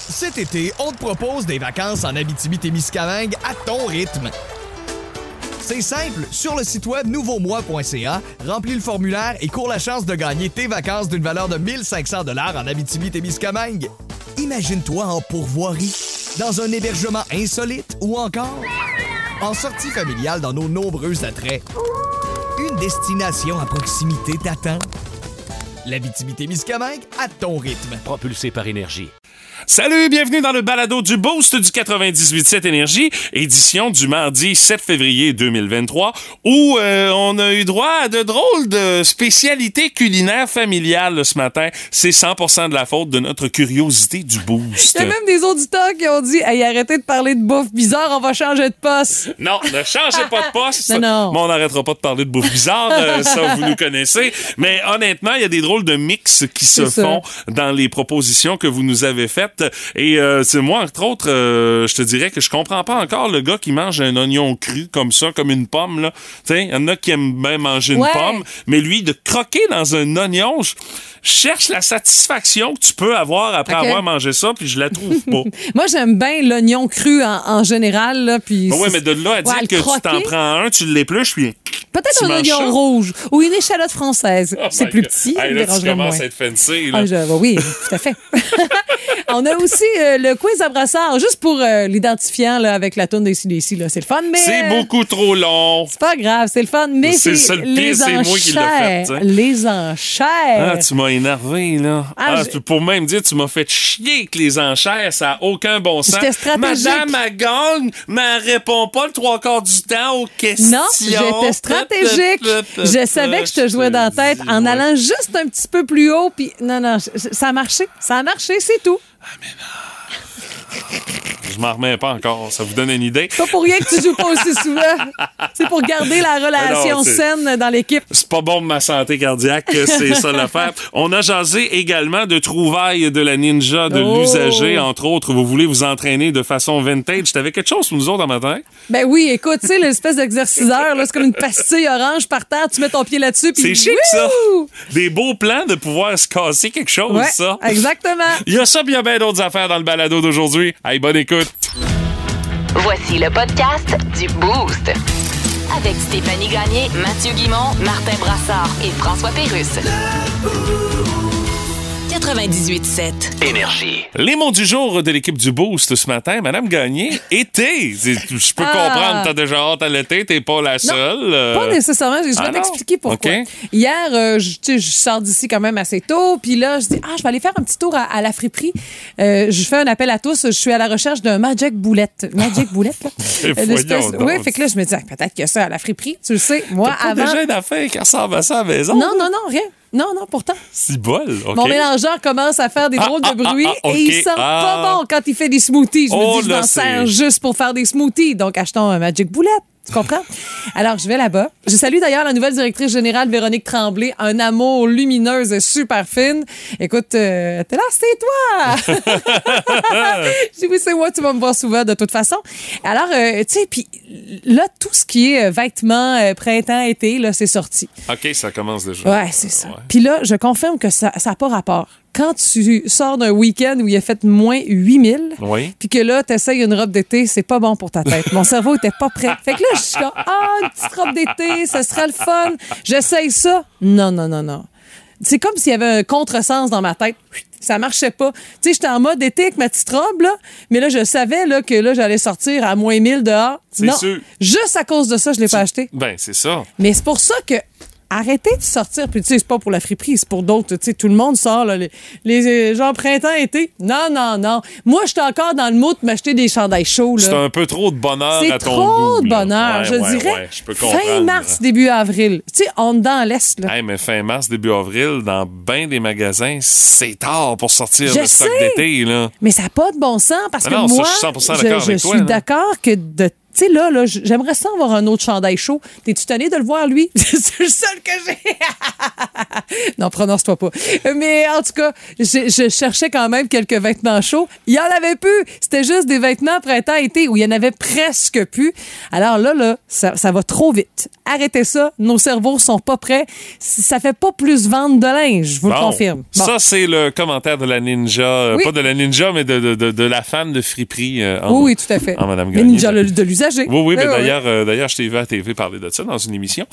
Cet été, on te propose des vacances en Abitibi-Témiscamingue à ton rythme. C'est simple, sur le site web nouveaumois.ca, remplis le formulaire et cours la chance de gagner tes vacances d'une valeur de 1 500 $ en Abitibi-Témiscamingue. Imagine-toi en pourvoirie, dans un hébergement insolite ou encore en sortie familiale dans nos nombreux attraits. Une destination à proximité t'attend. L'Abitibi-Témiscamingue à ton rythme. Propulsé par Énergie. Salut, bienvenue dans le balado du Boost du 98.7 Énergie, édition du mardi 7 février 2023, où on a eu droit à de drôles de spécialités culinaires familiales ce matin. C'est 100% de la faute de notre curiosité du Boost. Il y a même des auditeurs qui ont dit « Hey, arrêtez de parler de bouffe bizarre, on va changer de poste. » Non, ne changez pas de poste. Non. Mais on n'arrêtera pas de parler de bouffe bizarre, ça vous nous connaissez. Mais honnêtement, il y a des drôles de mix qui se font dans les propositions que vous nous avez faites. Et c'est moi, entre autres, je te dirais que je comprends pas encore le gars qui mange un oignon cru comme ça, comme une pomme, là. Tu sais, il y en a qui aiment bien manger une pomme, mais lui, de croquer dans un oignon, je cherche la satisfaction que tu peux avoir après avoir mangé ça, puis je la trouve pas. Moi, j'aime bien l'oignon cru en général, là, puis... Oui, mais de là à dire que tu t'en prends un, tu l'épluches, puis... Peut-être un oignon rouge ou une échalote française. C'est plus petit. Hey, là, tu commences à être fancy. Là. Oui, tout à fait. On a aussi le quiz à brassard, juste pour l'identifiant là, avec la toune des CDC. C'est le fun, mais... C'est beaucoup trop long. C'est pas grave, c'est le fun, mais c'est ça le pire, c'est moi qui l'ai fait. T'sais. Les enchères. Ah, tu m'as énervé, là. Pour même dire, tu m'as fait chier avec les enchères, ça n'a aucun bon sens. J'étais stratégique. Madame, elle gagne, mais elle répond pas le 3/4 du temps aux questions. Non, j'étais stratégique. Je savais que je te jouais dans la tête en allant juste un petit peu plus haut. Puis non, ça a marché. Ça a marché, c'est tout. Ah, mais non. Je m'en remets pas encore. Ça vous donne une idée? C'est pas pour rien que tu joues pas aussi souvent. C'est pour garder la relation saine dans l'équipe. C'est pas bon pour ma santé cardiaque, c'est ça l'affaire. On a jasé également de trouvailles de la ninja de l'usager. Entre autres, vous voulez vous entraîner de façon vintage. T'avais quelque chose pour nous autres en matin? Ben oui, écoute, tu sais, l'espèce d'exerciceur, là, c'est comme une pastille orange par terre. Tu mets ton pied là-dessus. C'est chic, ça. Des beaux plans de pouvoir se casser quelque chose, ça. Exactement. Il y a ça, puis il y a bien d'autres affaires dans le balado d'aujourd'hui. Hey, bonne écoute. Voici le podcast du Boost. Avec Stéphanie Gagné, Mathieu Guimont, Martin Brassard et François Pérusse. 98.7 Énergie. Les mots du jour de l'équipe du Boost ce matin, Madame Gagné, été. Je peux comprendre, t'as déjà hâte à l'été, t'es pas la seule. Pas nécessairement, je vais t'expliquer pourquoi. Okay. Hier, je sors d'ici quand même assez tôt, puis là, je dis, je vais aller faire un petit tour à la friperie. Je fais un appel à tous, je suis à la recherche d'un Magic Boulette. Magic Boulette, là? Oui, fait que là, je me dis, peut-être qu'il y a ça à la friperie, tu le sais. Moi, t'as pas déjà une affaire qui ressemble à ça à la maison? Non, rien. Non, pourtant. C'est bol, OK. Mon mélangeur commence à faire des drôles de bruit et il sent pas bon quand il fait des smoothies. Je me dis, je m'en sers juste pour faire des smoothies. Donc, achetons un Magic Boulette. Tu comprends? Alors, je vais là-bas. Je salue d'ailleurs la nouvelle directrice générale, Véronique Tremblay. Un amour lumineuse et super fine. Écoute, t'es là, c'est toi! Je dis, oui, c'est moi, tu vas me voir souvent de toute façon. Alors, tu sais, puis là, tout ce qui est vêtements, printemps, été, là, c'est sorti. OK, ça commence déjà. Ouais, c'est ça. Puis là, je confirme que ça n'a pas rapport. Quand tu sors d'un week-end où il a fait moins 8000, puis que là, t'essayes une robe d'été, c'est pas bon pour ta tête. Mon cerveau était pas prêt. Fait que là, je suis comme, une petite robe d'été, ça sera le fun. J'essaye ça. Non. C'est comme s'il y avait un contresens dans ma tête. Ça marchait pas. Tu sais, j'étais en mode été avec ma petite robe, là, mais là, je savais là, que là, j'allais sortir à moins 1000 dehors. C'est sûr. Juste à cause de ça, je l'ai pas acheté. Ben, c'est ça. Mais c'est pour ça que arrêtez de sortir. Puis, tu sais, c'est pas pour la friperie, c'est pour d'autres. Tu sais, tout le monde sort, là, les genre printemps-été. Non. Moi, j'étais encore dans le mood de m'acheter des chandails chauds, là. C'est un peu trop de bonheur à ton goût. C'est trop de bonheur. Je dirais je peux comprendre. Fin mars, début avril. Tu sais, on est dans l'Est, là. Hey, mais fin mars, début avril, dans bien des magasins, c'est tard pour sortir le stock d'été, là. Mais ça n'a pas de bon sens parce que non, moi, ça, je suis 100% d'accord avec toi, suis d'accord que de sais, là, j'aimerais ça avoir un autre chandail chaud. T'es-tu tanné de le voir, lui? C'est le seul que j'ai. Non, prononce-toi pas. Mais en tout cas, je cherchais quand même quelques vêtements chauds. Il y en avait plus. C'était juste des vêtements printemps-été où il y en avait presque plus. Alors là, ça va trop vite. Arrêtez ça. Nos cerveaux sont pas prêts. Ça fait pas plus vendre de linge, je vous le confirme. Bon. Ça, c'est le commentaire de la ninja. Oui. Pas de la ninja, mais de la femme de friperie. Oui, tout à fait. En Madame Gagné. Ninja de l'usager. Oui, mais d'ailleurs, je t'ai vu à TV parler de ça dans une émission.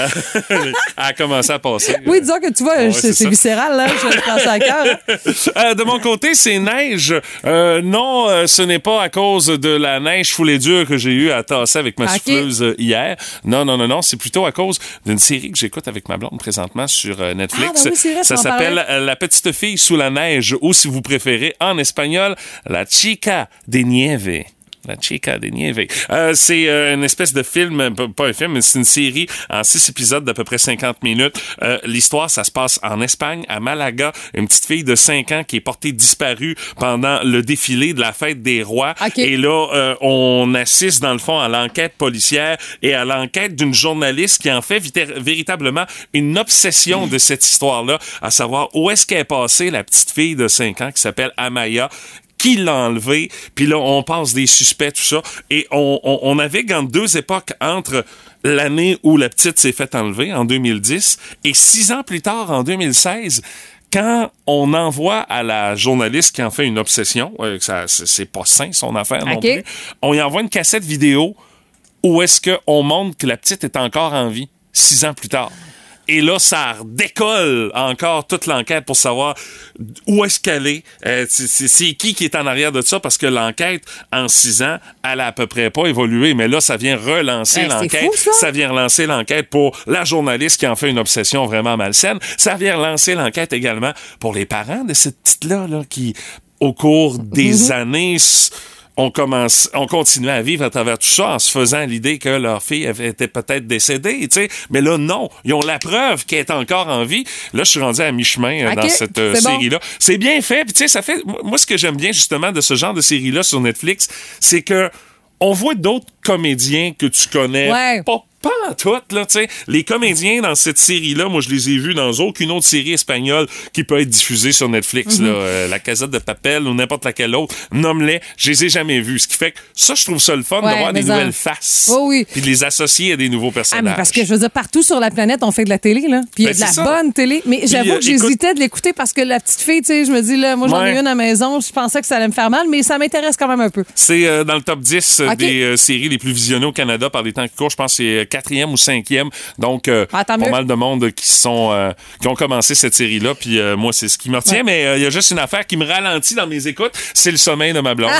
Elle a commencé à passer. Oui, disons que tu vois, c'est viscéral, là. Je le prends ça à cœur. De mon côté, c'est neige. Non, ce n'est pas à cause de la neige foulée dure que j'ai eu à tasser avec ma souffleuse hier. Non, c'est plutôt à cause d'une série que j'écoute avec ma blonde présentement sur Netflix. C'est vrai, ça s'appelle La petite fille sous la neige, ou si vous préférez, en espagnol, La chica de nieve. La Chica de Nieve. C'est une espèce de film, pas un film, mais c'est une série en 6 épisodes d'à peu près 50 minutes. L'histoire, ça se passe en Espagne, à Malaga. Une petite fille de 5 ans qui est portée disparue pendant le défilé de la fête des rois. Et là, on assiste dans le fond à l'enquête policière et à l'enquête d'une journaliste qui en fait véritablement une obsession de cette histoire-là, à savoir où est-ce qu'elle est passée, la petite fille de 5 ans qui s'appelle Amaya, qui l'a enlevé, puis là, on passe des suspects, tout ça, et on navigue entre deux époques, entre l'année où la petite s'est fait enlever, en 2010, et 6 ans plus tard, en 2016, quand on envoie à la journaliste qui en fait une obsession, c'est pas sain son affaire non plus, on y envoie une cassette vidéo où est-ce qu'on montre que la petite est encore en vie, 6 ans plus tard. Et là, ça décolle encore toute l'enquête pour savoir où est-ce qu'elle est. C'est qui est en arrière de ça? Parce que l'enquête, en 6 ans, elle a à peu près pas évolué. Mais là, ça vient relancer l'enquête. Fou, ça vient relancer l'enquête pour la journaliste qui en fait une obsession vraiment malsaine. Ça vient relancer l'enquête également pour les parents de cette petite-là, là, qui, au cours des années... On continuait à vivre à travers tout ça en se faisant l'idée que leur fille était peut-être décédée, tu sais. Mais là, non. Ils ont la preuve qu'elle est encore en vie. Là, je suis rendu à mi-chemin dans cette série-là. Bon. C'est bien fait. Puis, tu sais, ça fait... Moi, ce que j'aime bien, justement, de ce genre de série-là sur Netflix, c'est que on voit d'autres comédiens que tu connais pas en tout, là, tu sais. Les comédiens dans cette série-là, moi, je les ai vus dans aucune autre série espagnole qui peut être diffusée sur Netflix, là. La Casa de Papel ou n'importe laquelle autre. Nomme-les. Je les ai jamais vus. Ce qui fait que ça, je trouve ça le fun d'avoir des nouvelles faces. Puis de les associer à des nouveaux personnages. Mais parce que, je veux dire, partout sur la planète, on fait de la télé, là. Puis il y a de la bonne télé. Mais j'avoue que j'hésitais de l'écouter parce que la petite fille, tu sais, je me dis, là, moi, j'en ai une à la maison. Je pensais que ça allait me faire mal, mais ça m'intéresse quand même un peu. C'est dans le top 10 des séries les plus visionnées au Canada par les temps qui courent. Je pense que c'est 4e ou 5e. Donc, pas mal de monde qui ont commencé cette série-là. Puis moi, c'est ce qui me retient. Mais il y a juste une affaire qui me ralentit dans mes écoutes. C'est le sommeil de ma blonde.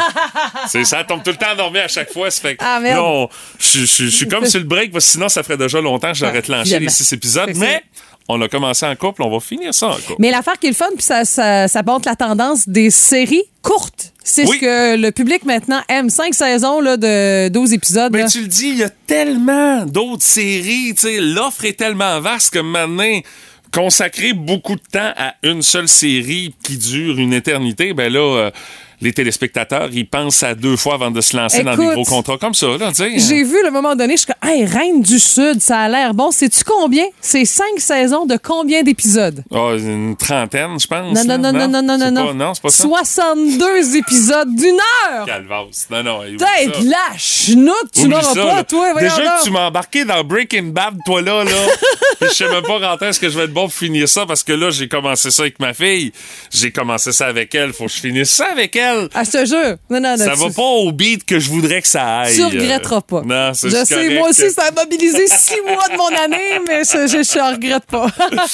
Ça tombe tout le temps endormi à chaque fois. Ça fait que là, je suis comme sur le break parce que sinon, ça ferait déjà longtemps que j'aurais clenché les 6 épisodes. Mais... on a commencé en couple, on va finir ça en couple. Mais l'affaire qui est le fun, puis ça montre la tendance des séries courtes. C'est ce que le public maintenant aime. 5 saisons là, de 12 épisodes. Mais tu le dis, il y a tellement d'autres séries. L'offre est tellement vaste que maintenant, consacrer beaucoup de temps à une seule série qui dure une éternité, ben là... les téléspectateurs, ils pensent à 2 fois avant de se lancer dans des gros contrats comme ça. Là, j'ai vu, à un moment donné, je suis comme, hey, Reine du Sud, ça a l'air bon. Sais-tu combien? C'est 5 saisons de combien d'épisodes? Une trentaine, je pense. Non, c'est pas ça. 62 épisodes d'1 heure! Calvasse. Non. T'es de la chenoute, tu n'auras pas, toi. Déjà que tu m'as embarqué dans Breaking Bad, toi, là. Je sais même pas quand est-ce que je vais être bon pour finir ça, parce que là, j'ai commencé ça avec ma fille. J'ai commencé ça avec elle. Faut que je finisse ça avec elle. Ah, je te jure. Non, ça va pas au beat que je voudrais que ça aille. Tu regretteras pas. Non, c'est je sais, moi aussi, ça a mobilisé 6 mois de mon année, mais je regrette pas.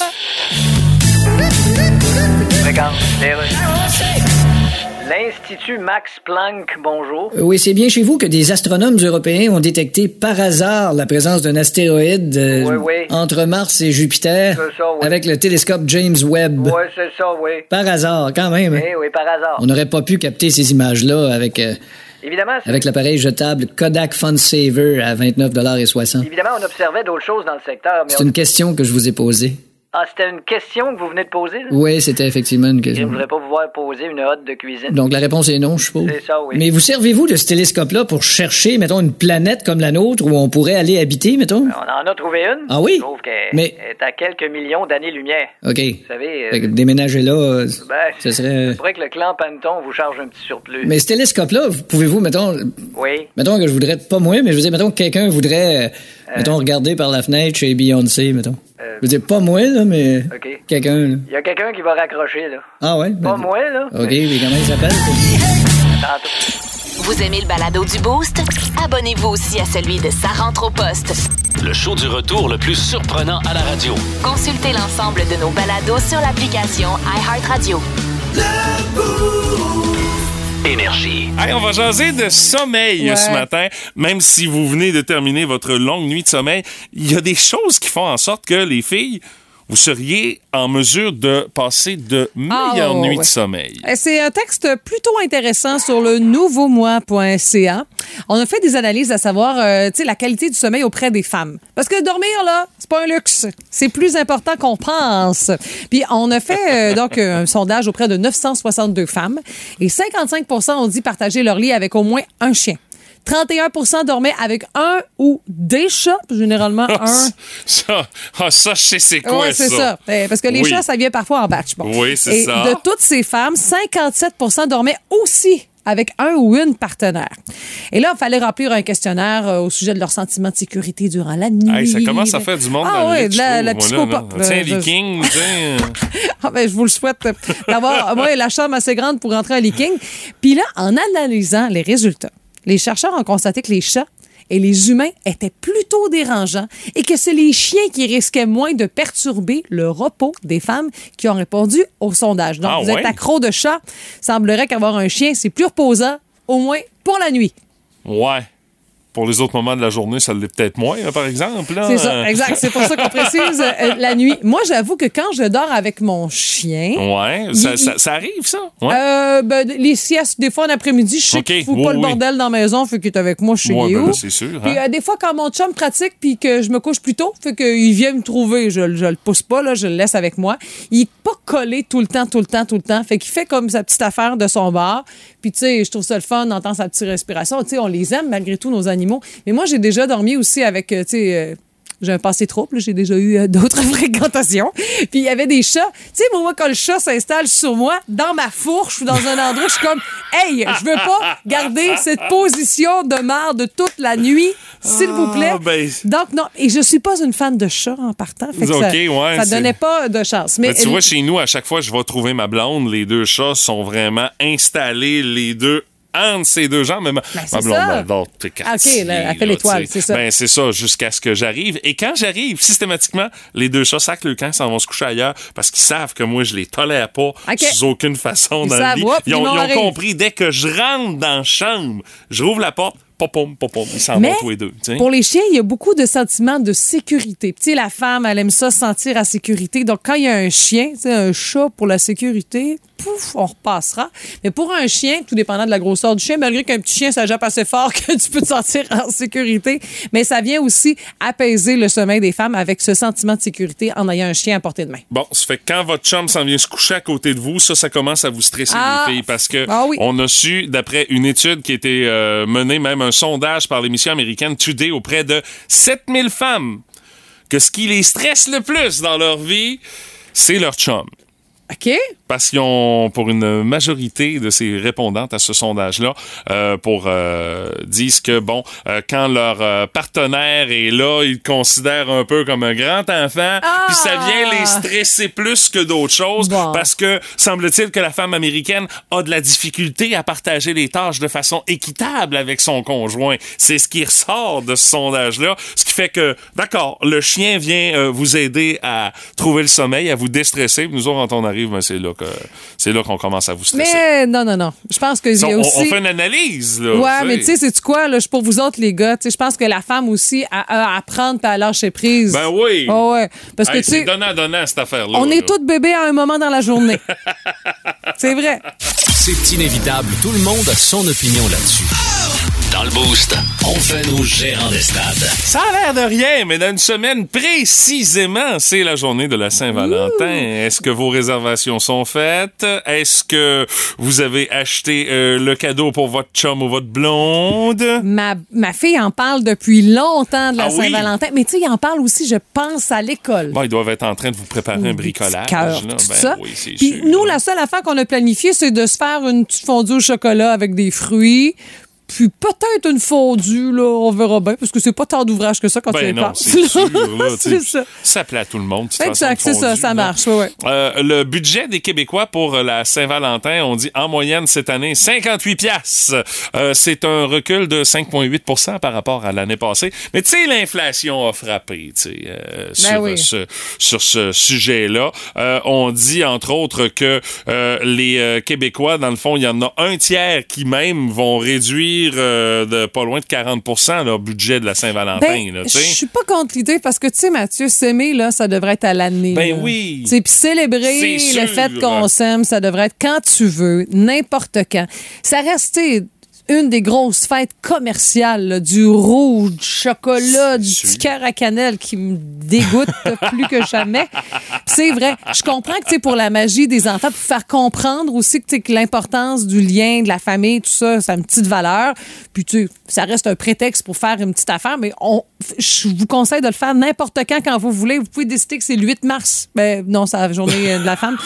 Regarde, L'Institut Max Planck, bonjour. Oui, c'est bien chez vous que des astronomes européens ont détecté par hasard la présence d'un astéroïde entre Mars et Jupiter avec le télescope James Webb. Oui, c'est ça, oui. Par hasard, quand même. Oui, par hasard. On n'aurait pas pu capter ces images-là avec... Évidemment. Avec l'appareil jetable Kodak FunSaver à 29,60 $. Évidemment, on observait d'autres choses dans le secteur, mais... C'est une question que je vous ai posée. Ah, c'était une question que vous venez de poser, là? Oui, c'était effectivement une question. Je ne voudrais pas vous voir poser une hotte de cuisine. Donc, la réponse est non, je suppose. C'est ça, oui. Mais vous servez-vous de ce télescope-là pour chercher, mettons, une planète comme la nôtre où on pourrait aller habiter, mettons? On en a trouvé une. Ah oui? Sauf qu'elle Mais... est à quelques millions d'années-lumière. OK. Vous savez... Fait que déménager là, ce serait... C'est vrai que le clan Panton vous charge un petit surplus. Mais ce télescope-là, pouvez-vous, mettons... Oui. Mettons que je voudrais... Pas moi, mais je veux dire, mettons que quelqu'un voudrait... mettons, regarder par la fenêtre chez Beyoncé, mettons. Je veux dire, pas moi, là, mais... OK. Quelqu'un, là. Il y a quelqu'un qui va raccrocher, là. Ah ouais? Pas moi, là. OK, mais comment il s'appelle? Vous aimez le balado du Boost? Abonnez-vous aussi à celui de Sa rentre au poste. Le show du retour le plus surprenant à la radio. Consultez l'ensemble de nos balados sur l'application iHeartRadio. Énergie. Hey, on va jaser de sommeil ce matin. Même si vous venez de terminer votre longue nuit de sommeil, il y a des choses qui font en sorte que les filles, vous seriez en mesure de passer de meilleures nuits de sommeil. C'est un texte plutôt intéressant sur le nouveaumoi.ca. On a fait des analyses à savoir la qualité du sommeil auprès des femmes. Parce que dormir, là, c'est pas un luxe. C'est plus important qu'on pense. Puis on a fait donc un sondage auprès de 962 femmes et 55 % ont dit partager leur lit avec au moins un chien. 31 % dormaient avec un ou des chats, généralement un. Ça, je sais c'est quoi ouais, c'est ça. Parce que les chats, ça vient parfois en batch. Bon. Oui, c'est ça. Et de toutes ces femmes, 57 % dormaient aussi avec un ou une partenaire. Et là, il fallait remplir un questionnaire au sujet de leur sentiment de sécurité durant la nuit. Hey, ça commence à faire du monde dans le lit, la psychopop. Tiens, Leaking, je vous le souhaite d'avoir la chambre assez grande pour rentrer à Leaking. Puis là, en analysant les résultats, les chercheurs ont constaté que les chats et les humains étaient plutôt dérangeants et que c'est les chiens qui risquaient moins de perturber le repos des femmes qui ont répondu au sondage. Donc, vous êtes accro de chat. Semblerait qu'avoir un chien, c'est plus reposant, au moins pour la nuit. Ouais. Pour les autres moments de la journée, ça l'est peut-être moins, par exemple. Là. C'est ça, exact. C'est pour ça qu'on précise la nuit. Moi, j'avoue que quand je dors avec mon chien... Ouais, ça arrive, ça? Ouais. Les siestes, des fois, en après-midi, je sais qu'il ne fout pas le bordel dans la maison, fait qu'il est avec moi chez Léo. Là, c'est sûr. Puis des fois, quand mon chum pratique puis que je me couche plus tôt, fait qu'il vient me trouver, je le pousse pas, là, je le laisse avec moi. Il est pas collé tout le temps. Fait qu'il fait comme sa petite affaire de son bar. Puis, tu sais, je trouve ça le fun d'entendre sa petite respiration. Tu sais, on les aime malgré tout, nos animaux. Mais moi, j'ai déjà dormi aussi avec, tu sais, j'ai un passé trouble, j'ai déjà eu d'autres fréquentations. Puis il y avait des chats. Tu sais, moi, quand le chat s'installe sur moi, dans ma fourche ou dans un endroit, je suis comme, hey, je veux pas garder cette position de marde toute la nuit, s'il vous plaît. Donc, non. Et je suis pas une fan de chat en partant. Fait que ça donnait pas de chance. Mais tu vois, chez nous, à chaque fois, je vais trouver ma blonde. Les deux chats sont vraiment installés, les deux entre ces deux jambes. Ma blonde m'adore. Elle fait l'étoile, c'est ça. C'est ça, jusqu'à ce que j'arrive. Et quand j'arrive, systématiquement, les deux chats sacent le camp, s'en vont se coucher ailleurs parce qu'ils savent que moi, je les tolère pas sous aucune façon dans le lit. Ils ont compris, dès que je rentre dans la chambre, je rouvre la porte, pom, ils s'en vont tous les deux. T'sais. Pour les chiens, il y a beaucoup de sentiments de sécurité. Tu sais, la femme, elle aime ça, se sentir à sécurité. Donc, quand il y a un chien, un chat pour la sécurité, pouf, on repassera. Mais pour un chien, tout dépendant de la grosseur du chien, malgré qu'un petit chien, ça jappe assez fort que tu peux te sentir en sécurité, mais ça vient aussi apaiser le sommeil des femmes avec ce sentiment de sécurité en ayant un chien à portée de main. Bon, ça fait que quand votre chum s'en vient se coucher à côté de vous, ça commence à vous stresser, les filles, parce que on a su, d'après une étude qui a été menée, même un sondage par l'émission américaine Today auprès de 7000 femmes, que ce qui les stresse le plus dans leur vie, c'est leur chum. OK. Parce qu'ils ont, pour une majorité de ces répondantes à ce sondage-là, disent que, quand leur partenaire est là, ils le considèrent un peu comme un grand enfant, puis ça vient les stresser plus que d'autres choses, parce que, semble-t-il que la femme américaine a de la difficulté à partager les tâches de façon équitable avec son conjoint. C'est ce qui ressort de ce sondage-là, ce qui fait que, d'accord, le chien vient vous aider à trouver le sommeil, à vous déstresser, nous autres, quand on arrive, c'est là qu'on commence à vous stresser. Mais non. Je pense que on fait une analyse, là. Ouais, mais tu sais, c'est quoi, là, pour vous autres, les gars, je pense que la femme aussi a à apprendre et à lâcher prise. Ben oui. Oh, ouais. Parce que c'est donnant, cette affaire-là. On est tous bébés à un moment dans la journée. C'est vrai. C'est inévitable. Tout le monde a son opinion là-dessus. Dans le Boost, on fait nos gérants des stades. Ça a l'air de rien, mais dans une semaine précisément, c'est la journée de la Saint-Valentin. Est-ce que vos réservations sont faites? Est-ce que vous avez acheté le cadeau pour votre chum ou votre blonde? Ma fille en parle depuis longtemps de la Saint-Valentin. Oui? Mais tu sais, il en parle aussi, je pense, à l'école. Bon, ils doivent être en train de vous préparer un bricolage. Cœur, là. tout ça. Oui, c'est Puis sûr. nous, la seule affaire qu'on a planifiée, c'est de se faire une petite fondue au chocolat avec des fruits. Puis peut-être une fondue, là, on verra bien, parce que c'est pas tant d'ouvrage que ça quand tu les non, passes. c'est sûr, là, c'est ça. Ça plaît à tout le monde. Exact, c'est ça, ça marche, oui. Le budget des Québécois pour la Saint-Valentin, on dit en moyenne cette année 58 piastres. C'est un recul de 5,8 par rapport à l'année passée. Mais tu sais, l'inflation a frappé, tu sais, sur ce sujet-là. On dit, entre autres, que les Québécois, dans le fond, il y en a un tiers qui même vont réduire de pas loin de 40% leur budget de la Saint-Valentin. Je suis pas contre l'idée parce que, tu sais, Mathieu, s'aimer, là, ça devrait être à l'année. Ben là. oui. Puis célébrer le fait qu'on s'aime, ça devrait être quand tu veux, n'importe quand. Ça reste, une des grosses fêtes commerciales, là, du rouge, du chocolat, du petit cœur à cannelle qui me dégoûte plus que jamais. Puis c'est vrai, je comprends que pour la magie des enfants, pour faire comprendre aussi que l'importance du lien, de la famille, tout ça, ça a une petite valeur. Puis ça reste un prétexte pour faire une petite affaire, mais je vous conseille de le faire n'importe quand vous voulez. Vous pouvez décider que c'est le 8 mars. Ben non, c'est la journée de la femme.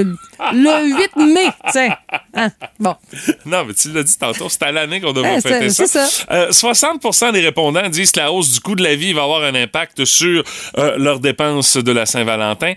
Le 8 mai, tiens. Hein? Bon. Non, mais tu l'as dit tantôt, c'est à l'année qu'on devrait fêter ça. C'est ça. 60% des répondants disent que la hausse du coût de la vie va avoir un impact sur leurs dépenses de la Saint-Valentin.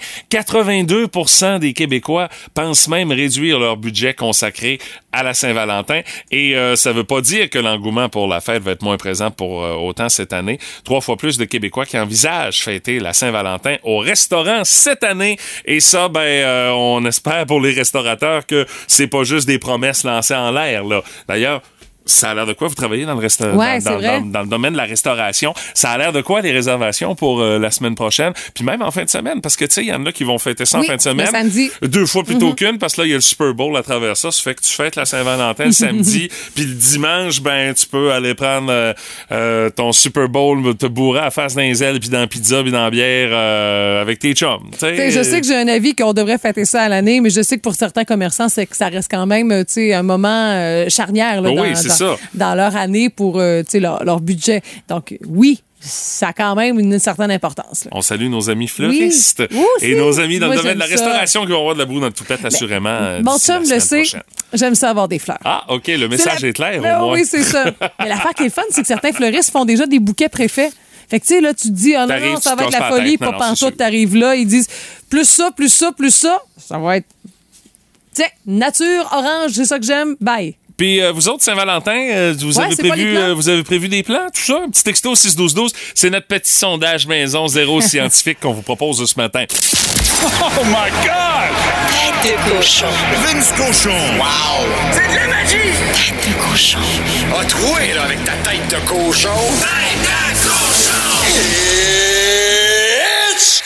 82% des Québécois pensent même réduire leur budget consacré à la Saint-Valentin. Et ça veut pas dire que l'engouement pour la fête va être moins présent pour autant cette année. 3 fois plus de Québécois qui envisagent fêter la Saint-Valentin au restaurant cette année. Et ça, on espère pour les restaurateurs que c'est pas juste des promesses lancées en l'air, là. D'ailleurs, ça a l'air de quoi? Vous travaillez dans le dans le domaine de la restauration. Ça a l'air de quoi, les réservations pour la semaine prochaine? Puis même en fin de semaine, parce que, tu sais, il y en a qui vont fêter ça en fin de semaine. Le samedi. 2 fois plutôt qu'une, parce que là, il y a le Super Bowl à travers ça. Ça fait que tu fêtes la Saint-Valentin le samedi, puis le dimanche, tu peux aller prendre ton Super Bowl, te bourrer à la face dans les ailes, puis dans la pizza, puis dans la bière avec tes chums. Je sais que j'ai un avis qu'on devrait fêter ça à l'année, mais je sais que pour certains commerçants, c'est que ça reste quand même, un moment charnière, là, dans leur année pour leur budget. Donc, oui, ça a quand même une certaine importance. Là. On salue nos amis fleuristes et nos amis dans le domaine de la restauration qui vont avoir de la boue dans le toupette, assurément. Mon chum le sait, j'aime ça avoir des fleurs. Ah, OK, le message est clair au moins. Oui, c'est ça. Mais l'affaire qui est fun, c'est que certains fleuristes font déjà des bouquets préfaits. Fait que, tu sais, là, tu te dis, non, ça va être la folie, pas pantoute, t'arrives là, ils disent, plus ça, ça va être, tu sais, nature, orange, c'est ça que j'aime, bye. Puis vous autres, Saint-Valentin, vous avez prévu des plans, tout ça? Un petit texto 6-12-12. C'est notre petit sondage maison zéro scientifique qu'on vous propose ce matin. Oh my God! Tête de cochon. Vince Cochon. Wow! C'est de la magie! Tête de cochon. A troué, là, avec ta tête de cochon. Tête de cochon! It's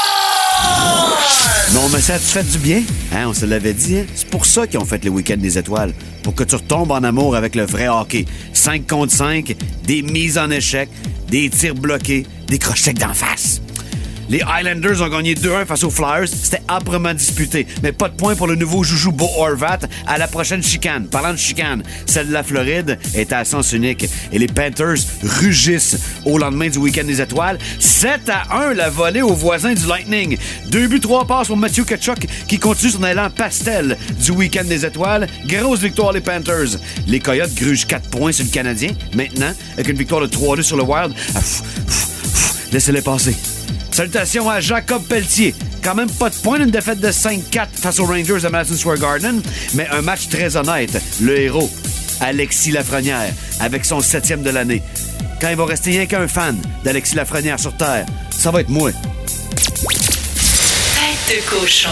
time! Non, mais ça te fait du bien, hein? On se l'avait dit, hein? C'est pour ça qu'ils ont fait le week-end des étoiles. Pour que tu retombes en amour avec le vrai hockey. 5 contre 5, des mises en échec, des tirs bloqués, des crochets d'en face. Les Highlanders ont gagné 2-1 face aux Flyers. C'était âprement disputé. Mais pas de point pour le nouveau joujou Bo Horvat à la prochaine chicane. Parlant de chicane, celle de la Floride est à sens unique. Et les Panthers rugissent au lendemain du week-end des étoiles. 7-1 la volée aux voisins du Lightning. 2 buts, 3 passes pour Matthew Tkachuk qui continue son élan pastel du week-end des étoiles. Grosse victoire les Panthers. Les Coyotes grugent 4 points sur le Canadien. Maintenant, avec une victoire de 3-2 sur le Wild. Laissez-les passer. Salutations à Jacob Pelletier. Quand même pas de points d'une défaite de 5-4 face aux Rangers de Madison Square Garden, mais un match très honnête. Le héros, Alexis Lafrenière, avec son 7e de l'année. Quand il va rester rien qu'un fan d'Alexis Lafrenière sur Terre, ça va être moi. Tête de cochon.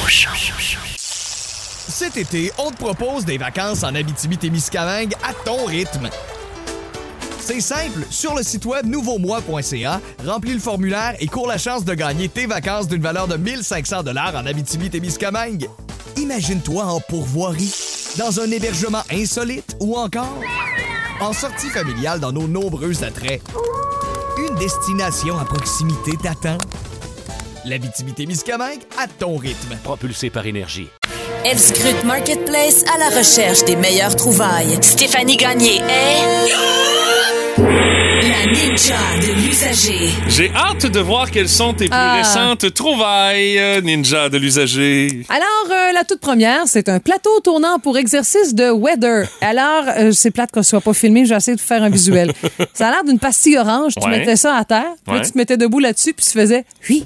Cet été, on te propose des vacances en Abitibi-Témiscamingue à ton rythme. C'est simple, sur le site web nouveaumois.ca, remplis le formulaire et cours la chance de gagner tes vacances d'une valeur de 1 500 $ en Abitibi-Témiscamingue. Imagine-toi en pourvoirie, dans un hébergement insolite ou encore En sortie familiale dans nos nombreux attraits, une destination à proximité t'attend. L'Abitibi-Témiscamingue à ton rythme. Propulsé par Énergie. Elle scrute Marketplace à la recherche des meilleures trouvailles. Stéphanie Gagné est... la ninja de l'usager. J'ai hâte de voir quelles sont tes plus récentes trouvailles, ninja de l'usager. Alors, la toute première, c'est un plateau tournant pour exercice de weather. Alors, c'est plate qu'on ne soit pas filmé, j'ai essayé de faire un visuel. Ça a l'air d'une pastille orange. Tu mettais ça à terre, puis là, tu te mettais debout là-dessus, puis tu faisais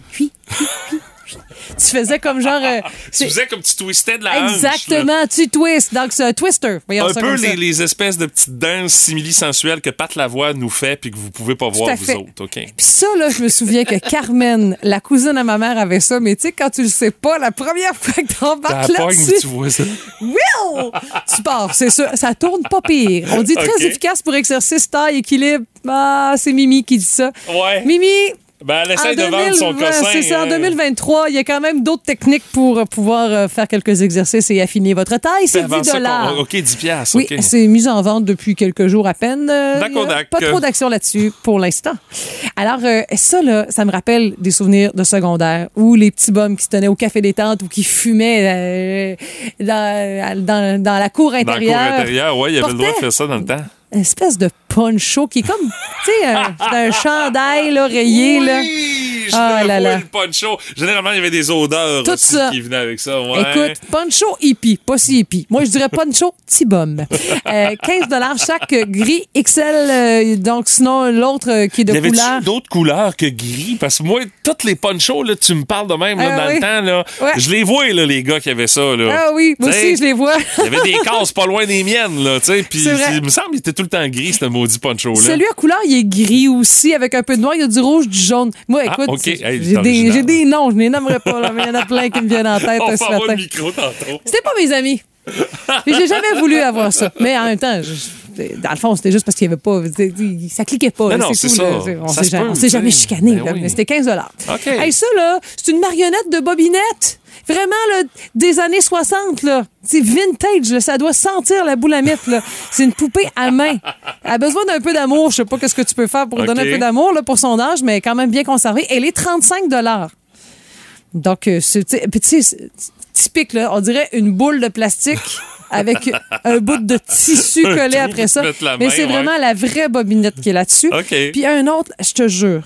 tu faisais comme genre... tu faisais comme tu twistais de la hanche. Exactement, tu twists. Donc, c'est un twister. Voyons un ça peu comme les espèces de petites danses simili-sensuelles que Pat Lavoie nous fait puis que vous pouvez pas voir, vous autres. OK. Puis ça, là, je me souviens que Carmen, la cousine à ma mère, avait ça. Mais tu sais, quand tu le sais pas, la première fois que t'embarques là-dessus... tu vois ça. Will! Tu pars, c'est sûr. Ça tourne pas pire. On dit très efficace pour exercice, taille, équilibre. Ah, c'est Mimi qui dit ça. Ouais. Mimi... Ben, elle essaie de vendre son cossin. C'est ça, en 2023, il y a quand même d'autres techniques pour pouvoir faire quelques exercices et affiner votre taille. C'est $10. OK, 10$. Oui, c'est mis en vente depuis quelques jours à peine. D'accord. Pas trop d'action là-dessus pour l'instant. Alors, ça, là, ça me rappelle des souvenirs de secondaire où les petits bums qui se tenaient au Café des Tantes ou qui fumaient dans la cour intérieure. Dans la cour intérieure, oui, il y avait le droit de faire ça dans le temps. Une espèce de poncho qui est comme, tu sais, un chandail là, rayé. Oui, là. Le poncho. Généralement, il y avait des odeurs tout aussi ça. Qui venaient avec ça. Ouais. Écoute, poncho hippie, pas si hippie. Moi, je dirais poncho T-bum. $15 chaque gris XL. Donc, sinon, l'autre qui est de couleur. Y avait-tu d'autres couleurs que gris? Parce que moi, toutes les ponchos, là, tu me parles de même là, dans le temps. Là, je les vois, là, les gars qui avaient ça. Là. Ah oui, moi aussi, je les vois. Il y avait des cases pas loin des miennes. Là, puis il me semble qu'il était tout le temps gris, ce maudit poncho-là. Celui à couleur, il est gris aussi, avec un peu de noir. Il y a du rouge, du jaune. Moi, écoute, j'ai des noms, je ne les nommerai pas, là, mais il y en a plein qui me viennent en tête. On va avoir le micro tantôt. C'était pas mes amis. J'ai jamais voulu avoir ça. Mais en même temps, dans le fond, c'était juste parce qu'il n'y avait pas... Ça cliquait pas. Non, c'est ça. On s'est jamais chicané. Ben oui. Mais c'était $15. OK. Hey, ça, là, c'est une marionnette de bobinette. Vraiment, là, des années 60, là. C'est vintage, là. Ça doit sentir la boulamite, là. C'est une poupée à main. Elle a besoin d'un peu d'amour. Je sais pas ce que tu peux faire pour donner un peu d'amour, là, pour son âge, mais quand même bien conservée. Elle est $35. Donc, c'est typique, là. On dirait une boule de plastique avec un bout de tissu collé après ça. Mais c'est vraiment la vraie bobinette qui est là-dessus. Okay. Puis un autre, je te jure,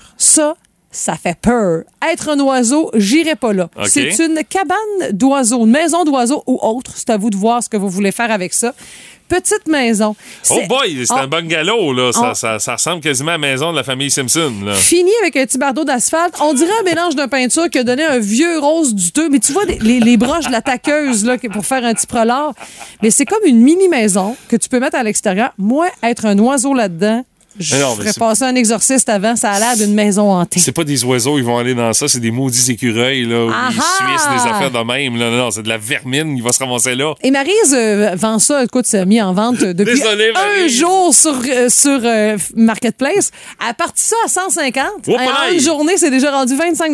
ça fait peur. Être un oiseau, j'irai pas là. Okay. C'est une cabane d'oiseaux, une maison d'oiseaux ou autre. C'est à vous de voir ce que vous voulez faire avec ça. Petite maison. Oh boy, c'est un bungalow, là. Ça ressemble quasiment à la maison de la famille Simpson, là. Fini avec un petit bardeau d'asphalte. On dirait un mélange de peinture qui a donné un vieux rose juteux. Mais tu vois, les broches de la taqueuse, là, pour faire un petit prolard. Mais c'est comme une mini-maison que tu peux mettre à l'extérieur. Moi, être un oiseau là-dedans, je ferais passer un exorciste avant, ça a l'air d'une maison hantée. C'est pas des oiseaux, ils vont aller dans ça, c'est des maudits écureuils, là, où ils suissent des affaires de même, là. Non, c'est de la vermine, il va se ramasser là. Et Maryse vend ça, écoute, c'est mis en vente depuis un jour sur Marketplace. Elle a parti ça à 150. En une journée, c'est déjà rendu $25.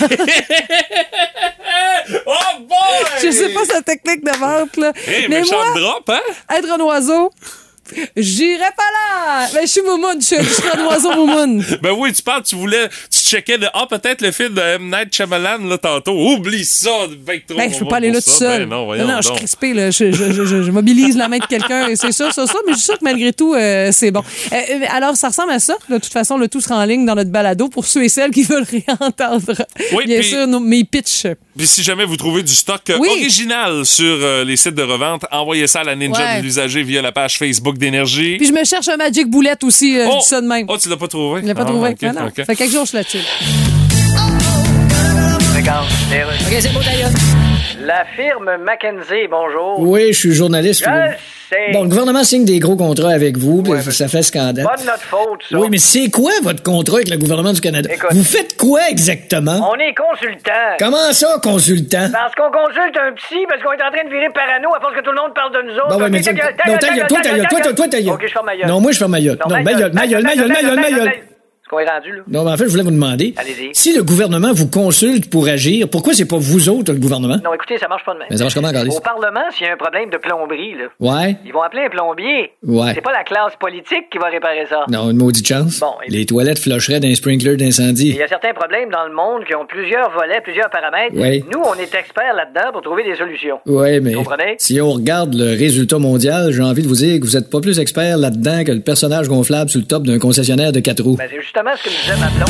Oh boy! Je sais pas sa technique de vente, là. Hey, mais méchant moi, drop, hein? Être un oiseau... J'irai pas là! Ben, je suis moumoune, je suis un oiseau moumoune. Ben oui, tu checkais peut-être le film de M. Night Shyamalan, là, tantôt. Oublie ça, trop. Ben, je peux pas aller là tout seul. Ben non, je suis crispé, là. Je mobilise la main de quelqu'un, et c'est ça, mais je suis sûr que malgré tout, c'est bon. Alors, ça ressemble à ça. De toute façon, le tout sera en ligne dans notre balado pour ceux et celles qui veulent réentendre. Oui, bien sûr, mes pitchs. Puis si jamais vous trouvez du stock original sur les sites de revente, envoyez ça à la Ninja de l'usager via la page Facebook d'Énergie. Puis je me cherche un Magic Boulette aussi, je dis ça de même. Oh, tu l'as pas trouvé? Je l'ai pas trouvé. Okay, non. Ça fait quelques jours que je suis là-dessus. OK, c'est beau d'ailleurs. La firme McKenzie, bonjour. Oui, je suis journaliste. Bon, le gouvernement signe des gros contrats avec vous, puis ça fait scandale. Pas de notre faute, ça. Oui, mais c'est quoi votre contrat avec le gouvernement du Canada? Écoute, vous faites quoi exactement? On est consultant. Comment ça, consultant? Parce qu'on consulte un psy, parce qu'on est en train de virer parano à force que tout le monde parle de nous autres. Bon, ouais, mais toi, ta gueule. OK, je ferme ma gueule. Non, moi, je ferme ma gueule. Non, ma gueule. qu'on est rendu, là? Non, mais en fait, je voulais vous demander. Allez-y. Si le gouvernement vous consulte pour agir, pourquoi c'est pas vous autres, le gouvernement? Non, écoutez, ça marche pas de même. Mais ça marche comment, Carlis? Au Parlement, s'il y a un problème de plomberie, là. Ouais. Ils vont appeler un plombier. Ouais. C'est pas la classe politique qui va réparer ça. Non, une maudite chance. Bon, les toilettes flusheraient d'un sprinkler d'incendie. Il y a certains problèmes dans le monde qui ont plusieurs volets, plusieurs paramètres. Oui. Nous, on est experts là-dedans pour trouver des solutions. Oui, mais Vous comprenez? si on regarde le résultat mondial, j'ai envie de vous dire que vous êtes pas plus expert là-dedans que le personnage gonflable sur le top d'un concessionnaire de 4 roues. Ben, c'est justement ce que me disait ma blonde.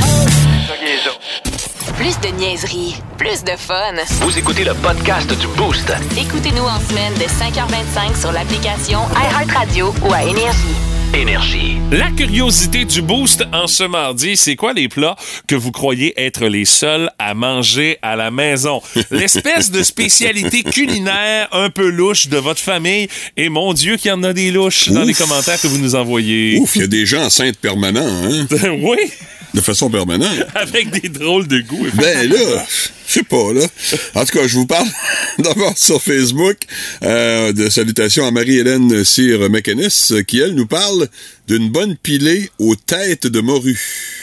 Plus de niaiserie, plus de fun. Vous écoutez le podcast du Boost. Écoutez-nous en semaine de 5h25 sur l'application iHeartRadio ou à Énergie. Énergie. La curiosité du Boost en ce mardi, c'est quoi les plats que vous croyez être les seuls à manger à la maison? L'espèce de spécialité culinaire un peu louche de votre famille. Et mon Dieu qu'il y en a des louches dans les commentaires que vous nous envoyez. Ouf, il y a des gens enceintes permanents, hein? Oui. De façon permanente. Avec des drôles de goût. Ben là, je sais pas, là. En tout cas, je vous parle d'abord sur Facebook de salutations à Marie-Hélène Cyr-Mécanis qui, elle, nous parle d'une bonne pilée aux têtes de morue.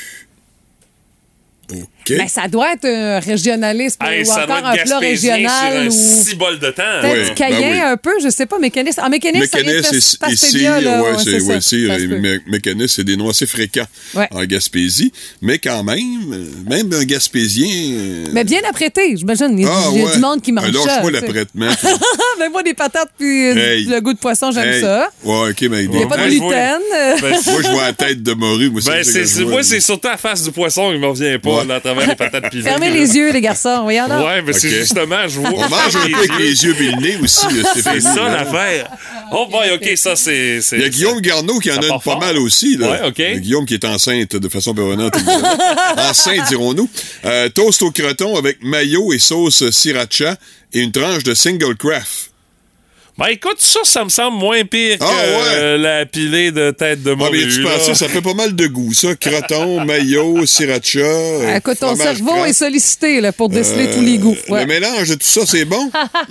OK. Ben, ça doit être un régionalisme ou encore un plat régional. Sur un 6 bols de temps. Peut-être cayen un peu, je sais pas, mécaniste. En mécaniste, ça vient de Pastélia, là. Mécaniste, c'est des noms assez fréquents en Gaspésie. Mais quand même un Gaspésien... Mais bien apprêté, j'imagine. Il y a du monde qui mange ça. Lâche-moi l'apprêtement. Ben, moi, des patates puis le goût de poisson, j'aime ça. Ouais, OK, mais... Il n'y a pas de gluten. Moi, je vois la tête de morue. Moi, c'est surtout la face du poisson qui me revient pas, là, à travers les patates pilées. Fermez les yeux, les garçons. Voyons donc. Ouais, mais c'est justement, je vois. On mange un peu avec les yeux et le nez aussi. C'est ça l'affaire. Oh boy, OK, ça, c'est... Il y a Guillaume Garneau qui en a pas mal aussi. Là. Ouais, OK. Guillaume qui est enceinte de façon permanente. Enceinte, dirons-nous. Toast au croton avec mayo et sauce sriracha et une tranche de single craft. Ben écoute, ça me semble moins pire que la pilée de tête de morue. Mais tu pensais, ça fait pas mal de goût, ça. Croton, mayo, sriracha. Écoute, ton cerveau est sollicité là, pour déceler tous les goûts. Le mélange de tout ça, c'est bon?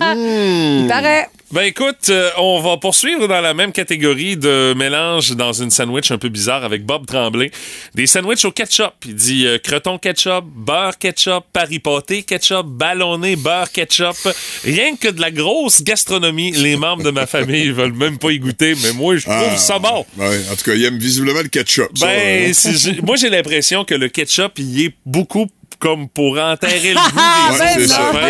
Il paraît. Ben écoute, on va poursuivre dans la même catégorie de mélange dans une sandwich un peu bizarre avec Bob Tremblay. Des sandwichs au ketchup. Il dit croton ketchup, beurre ketchup, Paris pâté ketchup, ballonné beurre ketchup. Rien que de la grosse gastronomie. Les membres de ma famille veulent même pas y goûter, mais moi, je trouve ça bon. Ouais, en tout cas, ils aiment visiblement le ketchup. Moi, j'ai l'impression que le ketchup, il est beaucoup comme pour enterrer le goût des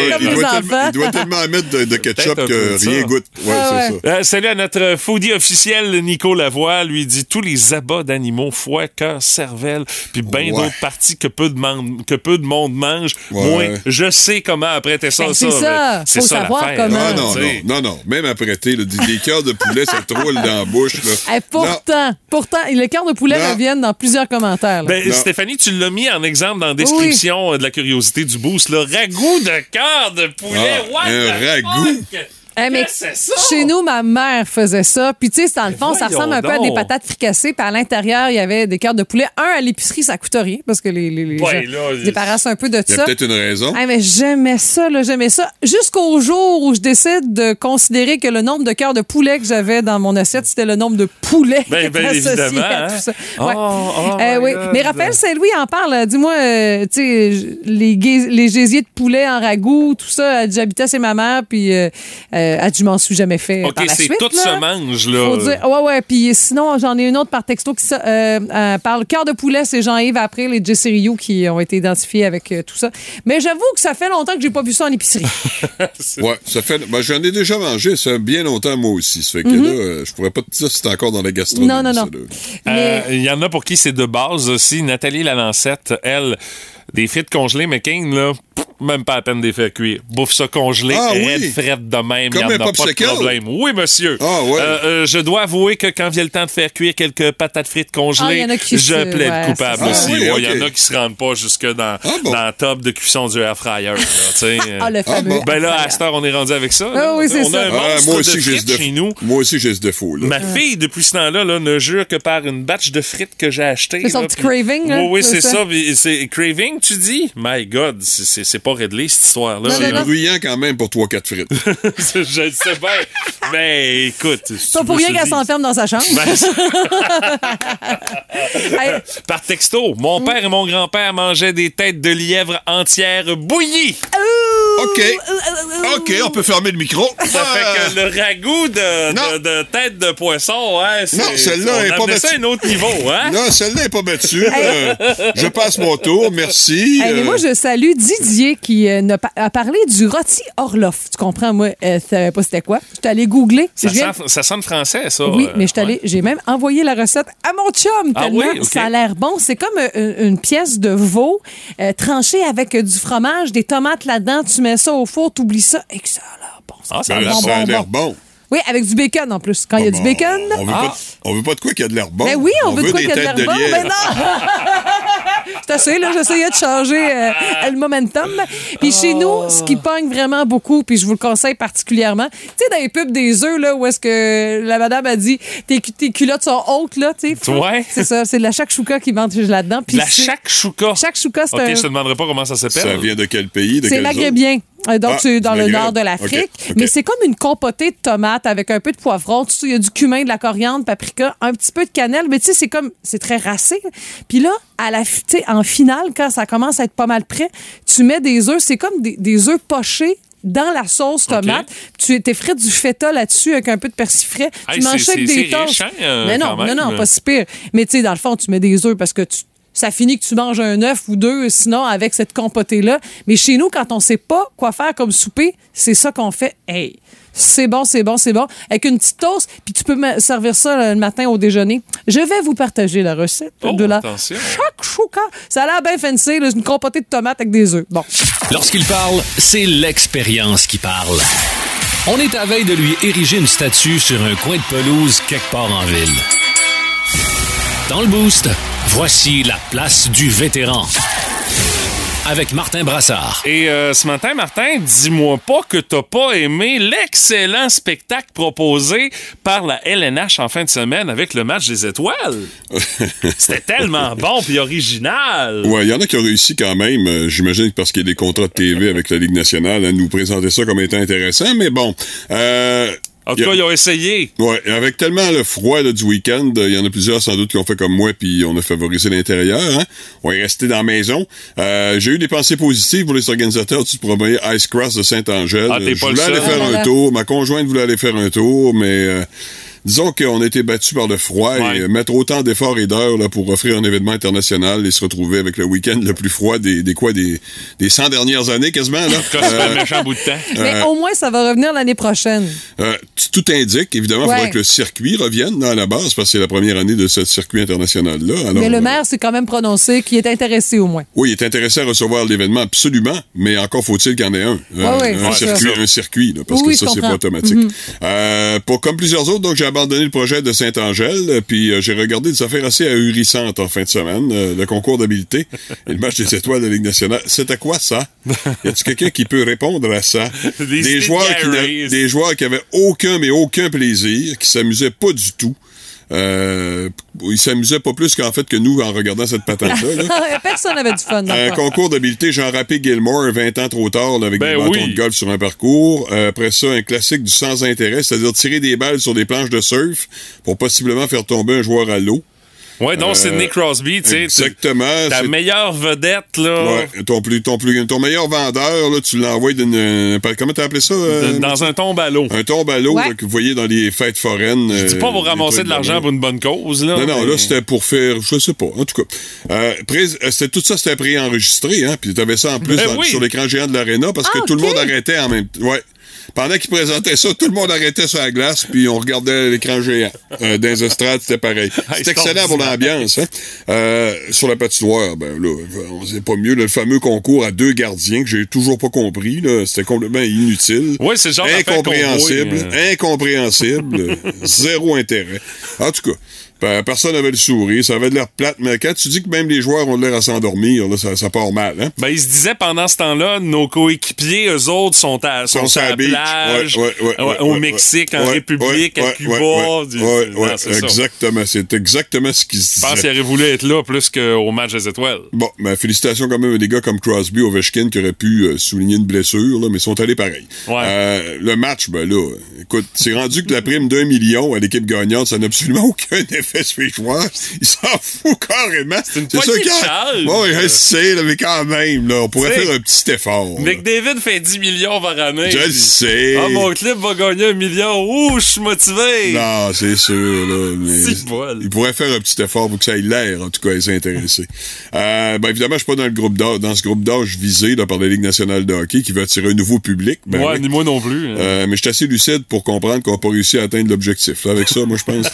il doit tellement mettre de ketchup que rien goûte. Ouais, c'est ça. Salut à notre foodie officiel, Nico Lavoie. Lui dit tous les abats d'animaux, foie, cœur, cervelle, puis bien d'autres parties que peu de monde mange. Moi, je sais comment apprêter ça. C'est ça. C'est faut ça savoir l'affaire. comment. Non. Même apprêter, des cœurs de poulet, ça te roule dans la bouche. Là. Pourtant, les cœurs de poulet reviennent dans plusieurs commentaires. Ben, Stéphanie, tu l'as mis en exemple dans la description de la curiosité du Boost. Le ragoût de cœur de poulet. Un ragoût. Mais chez nous, ma mère faisait ça. Puis, tu sais, dans le fond, ça ressemble un peu à des patates fricassées. Puis, à l'intérieur, il y avait des cœurs de poulet. À l'épicerie, ça coûte rien parce que les gens se débarrassent un peu de ça. Il y a peut-être une raison. Mais j'aimais ça. Jusqu'au jour où je décide de considérer que le nombre de cœurs de poulet que j'avais dans mon assiette, c'était le nombre de poulets ben évidemment. À tout ça. Oui. Mais Raphaël Saint-Louis en parle. Dis-moi, tu sais, les gésiers de poulet en ragoût, tout ça, j'habitais chez ma mère, puis... je m'en suis jamais fait par la suite. OK, c'est tout se mange, là. Faut dire, ouais. Puis sinon, j'en ai une autre par texto qui parle cœur de poulet. C'est Jean-Yves après, les Jesse Rio qui ont été identifiés avec tout ça. Mais j'avoue que ça fait longtemps que j'ai pas vu ça en épicerie. Ouais, ça fait... j'en ai déjà mangé, ça fait bien longtemps, moi aussi. Ça fait que là, je pourrais pas te dire si c'est encore dans la gastronomie. Non. Il y en a pour qui c'est de base aussi. Nathalie Lalancette, elle... Des frites congelées, McCain, là, même pas à peine de les faire cuire. Bouffe ça congelé, frette de même, il n'y en a pas de problème. Oui, monsieur. Je dois avouer que quand vient le temps de faire cuire quelques patates frites congelées, je plaide coupable aussi. Il y en a qui se rendent pas jusque dans le top de cuisson du air fryer. Le fameux. Ben là, à cette heure, on est rendu avec ça. Oui, c'est ça. On a un monstre de frites chez nous. Moi aussi, j'ai ce défaut. Ma fille, depuis ce temps-là, ne jure que par une batch de frites que j'ai achetées. C'est son petit craving. Oui, c'est ça. C'est craving, tu dis? My God, c'est pas réglé, cette histoire-là. C'est bruyant quand même pour 3-4 frites. Je le sais bien. Mais écoute... C'est pas pour rien qu'elle s'enferme dans sa chambre. Par texto, mon père et mon grand-père mangeaient des têtes de lièvre entières bouillies. OK, on peut fermer le micro. Ça fait que le ragoût de tête de poisson, hein, non, celle-là est pas battue. C'est un autre niveau, hein? Non, celle-là est pas battue. Je passe mon tour, merci. Mais moi, je salue Didier qui a parlé du rôti Orloff. Tu comprends, moi, je savais pas c'était quoi. Je suis allée googler. Ça sonne français, ça. Oui, mais j'ai même envoyé la recette à mon chum tellement ça a l'air bon. C'est comme une pièce de veau tranchée avec du fromage, des tomates là-dedans. Tu mets ça au four, t'oublies ça et que ça a l'air bon. Ça a l'air bon. Oui, avec du bacon en plus. Quand il y a du bacon... On veut pas de quoi qu'il y a de l'air bon. Ben oui, on veut de quoi qu'il y a de l'air bon. Mais non! C'est assez, là. J'essayais de changer le momentum. Puis chez nous, ce qui pogne vraiment beaucoup, puis je vous le conseille particulièrement, tu sais, dans les pubs des œufs, là, où est-ce que la madame a dit tes culottes sont hautes, là, tu sais. Ouais. C'est ça, c'est de la shakshuka qui mange là-dedans. La shakshuka? Shakshuka, c'est OK, je te demanderai pas comment ça s'appelle. Ça vient de quel pays? C'est maghrébien. Donc, c'est dans le nord de l'Afrique. Okay. Mais c'est comme une compotée de tomates avec un peu de poivron. Il y a du cumin, de la coriandre, paprika, un petit peu de cannelle. Mais tu sais, c'est très racé. Puis là, en finale, quand ça commence à être pas mal prêt, tu mets des œufs. C'est comme des œufs pochés dans la sauce tomate. Tu t'effrites du feta là-dessus avec un peu de persil frais. Tu manges ça avec des toasts. Mais non, pas si pire. Mais tu sais, dans le fond, tu mets des œufs parce que ça finit que tu manges un œuf ou deux, sinon, avec cette compotée-là. Mais chez nous, quand on sait pas quoi faire comme souper, c'est ça qu'on fait. Hey, c'est bon. Avec une petite toast, puis tu peux me servir ça le matin au déjeuner. Je vais vous partager la recette de la shakshuka. Ça a l'air bien fancy, là, une compotée de tomates avec des œufs. Bon. Lorsqu'il parle, c'est l'expérience qui parle. On est à veille de lui ériger une statue sur un coin de pelouse quelque part en ville. Dans le Boost, voici la place du vétéran. Avec Martin Brassard. Et ce matin, Martin, dis-moi pas que t'as pas aimé l'excellent spectacle proposé par la LNH en fin de semaine avec le match des étoiles. C'était tellement bon puis original. Ouais, il y en a qui ont réussi quand même. J'imagine parce qu'il y a des contrats de TV avec la Ligue nationale à nous présenter ça comme étant intéressant. Mais bon... En tout cas, ils ont essayé. Ouais, avec tellement le froid là, du week-end, il y en a plusieurs sans doute qui ont fait comme moi, puis on a favorisé l'intérieur. Hein? On est resté dans la maison. J'ai eu des pensées positives pour les organisateurs du premier Ice Cross de Saint-Angèle. Je voulais aller faire un tour. Ma conjointe voulait aller faire un tour, mais... disons qu'on a été battus par le froid et mettre autant d'efforts et d'heures là, pour offrir un événement international et se retrouver avec le week-end le plus froid des 100 dernières années quasiment. Là. C'est un méchant bout de temps. Mais au moins, ça va revenir l'année prochaine. Tout indique. Évidemment, il faudrait que le circuit revienne à la base parce que c'est la première année de ce circuit international-là. Alors, mais le maire s'est quand même prononcé qu'il est intéressé au moins. Oui, il est intéressé à recevoir l'événement absolument, mais encore faut-il qu'il y en ait un. Un circuit, là, parce que ça, c'est pas automatique. Pour comme plusieurs autres, donc j'ai abandonné le projet de Saint-Angèle, puis j'ai regardé des affaires assez ahurissantes en fin de semaine, le concours d'habileté et le match des étoiles de la Ligue nationale. C'était quoi ça? Y a-t-il quelqu'un qui peut répondre à ça? Des joueurs qui avaient aucun plaisir, qui s'amusaient pas du tout. Ils s'amusaient pas plus qu'en fait que nous en regardant cette patente-là. Personne n'avait du fun. Un concours d'habileté Jean Rapé Gilmore, 20 ans trop tard, là, avec des bâtons de golf sur un parcours. Après ça, un classique du sans intérêt, c'est-à-dire tirer des balles sur des planches de surf pour possiblement faire tomber un joueur à l'eau. Ouais, donc Sidney Crosby, tu sais. Exactement. Ta meilleure vedette, là. Ouais, ton meilleur vendeur, là, tu l'envoies comment t'as appelé ça? Dans un tombe à l'eau. Un tombe à l'eau, là, que vous voyez dans les fêtes foraines. Je dis pas pour ramasser de l'argent pour une bonne cause, là. Non, là, c'était pour faire, je sais pas, en tout cas. Tout ça, c'était préenregistré, hein, puis t'avais ça en plus sur l'écran géant de l'aréna, parce que tout le monde arrêtait en même temps. Ouais. Pendant qu'ils présentaient ça, tout le monde arrêtait sur la glace, puis on regardait l'écran géant. Dans les estrades, c'était pareil. C'était excellent pour l'ambiance. Hein? Sur la patinoire, ben là, on sait pas mieux. Là, le fameux concours à 2 gardiens que j'ai toujours pas compris. Là, c'était complètement inutile. Oui, c'est genre incompréhensible. Zéro intérêt. En tout cas. Personne n'avait le sourire, ça avait de l'air plate, mais quand tu dis que même les joueurs ont de l'air à s'endormir, là, ça part mal, hein? Ben, ils se disaient pendant ce temps-là, nos coéquipiers, eux autres, sont à la plage, au Mexique, en République, à Cuba. Exactement, c'est exactement ce qu'ils se disaient. Je pense qu'ils auraient voulu être là plus qu'au match des étoiles. Bon, ben, félicitations quand même à des gars comme Crosby, Ovechkin, qui auraient pu souligner une blessure, là, mais ils sont allés pareil. Le match, ben là, écoute, c'est rendu que la prime d'1 million à l'équipe gagnante, ça n'a absolument aucun effet sur les joueurs. Ils s'en foutent carrément. C'est une poignée de charge. Bon, je sais, mais quand même, là, on pourrait faire un petit effort. McDavid fait 10 millions par année. Je le sais. Ah, mon club va gagner 1 million. Ouh, je suis motivé. Non, c'est sûr, là. Mais il pourrait faire un petit effort pour que ça ait l'air, en tout cas, à s'intéresser. Ben, évidemment, je suis pas dans ce groupe d'âge visé là, par la Ligue nationale de hockey qui veut attirer un nouveau public. Ben, ouais, ni moi non plus. Mais je suis assez lucide pour comprendre qu'on n'a pas réussi à atteindre l'objectif. Là, avec ça, moi, je pense.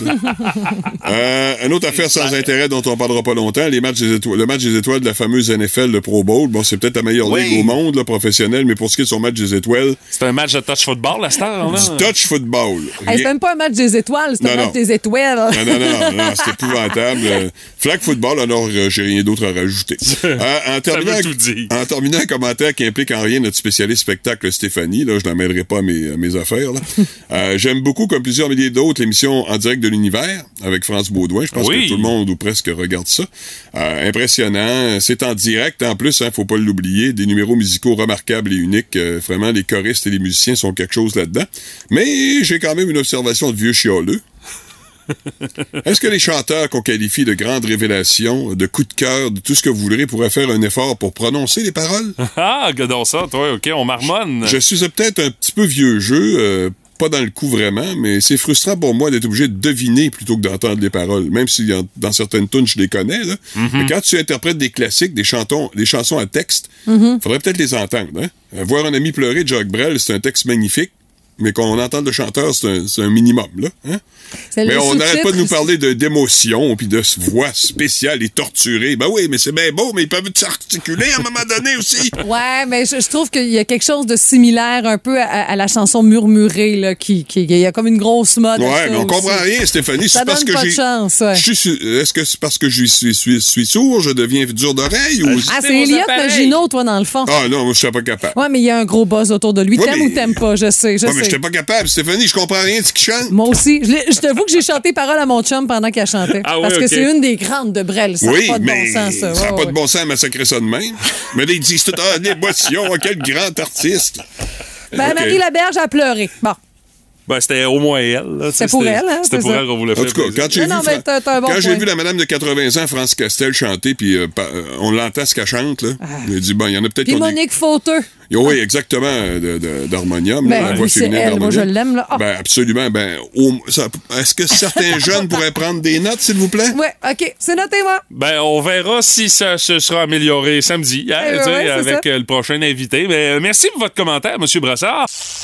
Une autre affaire sans intérêt dont on parlera pas longtemps, le match des étoiles de la fameuse NFL, le Pro Bowl. Bon, c'est peut-être la meilleure ligue au monde, là, professionnelle, mais pour ce qui est de son match des étoiles... C'est un match de touch football, la star, là? Du touch football. C'est même pas un match des étoiles, c'est un match des étoiles. Non, c'est épouvantable. Flag football, alors j'ai rien d'autre à rajouter. En terminant, un commentaire qui implique en rien notre spécialiste spectacle Stéphanie, là, je n'en mêlerai pas à mes affaires. Là. J'aime beaucoup, comme plusieurs milliers d'autres, l'émission En direct de l'univers avec France Baudouin. Je pense que tout le monde ou presque regarde ça. Impressionnant. C'est en direct en plus, faut pas l'oublier. Des numéros musicaux remarquables et uniques. Vraiment, les choristes et les musiciens sont quelque chose là-dedans. Mais j'ai quand même une observation de vieux chialeux. Est-ce que les chanteurs qu'on qualifie de grandes révélations, de coups de cœur, de tout ce que vous voudrez, pourraient faire un effort pour prononcer les paroles? Ah, regardons ça, toi, OK, on marmonne. Je suis peut-être un petit peu vieux jeu, pas dans le coup vraiment, mais c'est frustrant pour moi d'être obligé de deviner plutôt que d'entendre les paroles, même si dans certaines tunes, je les connais. Là. Mais quand tu interprètes des classiques, des chansons à texte, faudrait peut-être les entendre. Hein? Voir un ami pleurer de Jacques Brel, c'est un texte magnifique, mais qu'on entende le chanteur, c'est un minimum, là. Hein? Mais on n'arrête pas de nous parler d'émotion, puis de voix spéciale et torturée. Ben oui, mais c'est bien beau, mais ils peuvent s'articuler à un moment donné aussi. Ouais, mais je trouve qu'il y a quelque chose de similaire un peu à la chanson murmurée, là, qui y a comme une grosse mode. Ouais, mais on comprend rien, Stéphanie. Ça donne pas de chance, ouais. Est-ce que c'est parce que je suis sourd, je deviens dur d'oreille? Ou... Ah, c'est Elliott Maginot, toi, dans le fond. Ah non, moi, je suis pas capable. Ouais, mais il y a un gros buzz autour de lui. Ouais, t'aimes ou t'aimes pas? Je sais. Mais j'étais pas capable, Stéphanie, je comprends rien de ce qu'il chante. Moi aussi. Je t'avoue que j'ai chanté parole à mon chum pendant qu'elle chantait. Ah, parce que c'est une des grandes de Brel. Ça n'a pas de bon sens, ça. Ça n'a pas de bon sens à massacrer ça de même. Mais là, ils disent tout l'émotion, quel grand artiste. Ben, Marie Laberge a pleuré. Bon. Ben, c'était au moins elle. C'était pour elle, hein? C'était pour elle qu'on voulait faire. En tout cas, quand j'ai vu la madame de 80 ans, France Castel, chanter, puis on l'entend ce qu'elle chante, là. J'ai dit, bon, il y en a peut-être... Puis Monique Fauteux. Oui, exactement, d'Harmonium. Ben, oui, c'est elle. Moi, je l'aime, là. Oh. Ben, absolument. Ben, est-ce que certains jeunes pourraient prendre des notes, s'il vous plaît? Oui, OK. C'est noté, moi. Ben, on verra si ça se sera amélioré samedi, avec le prochain invité. Mais merci pour votre commentaire, M. Brassard.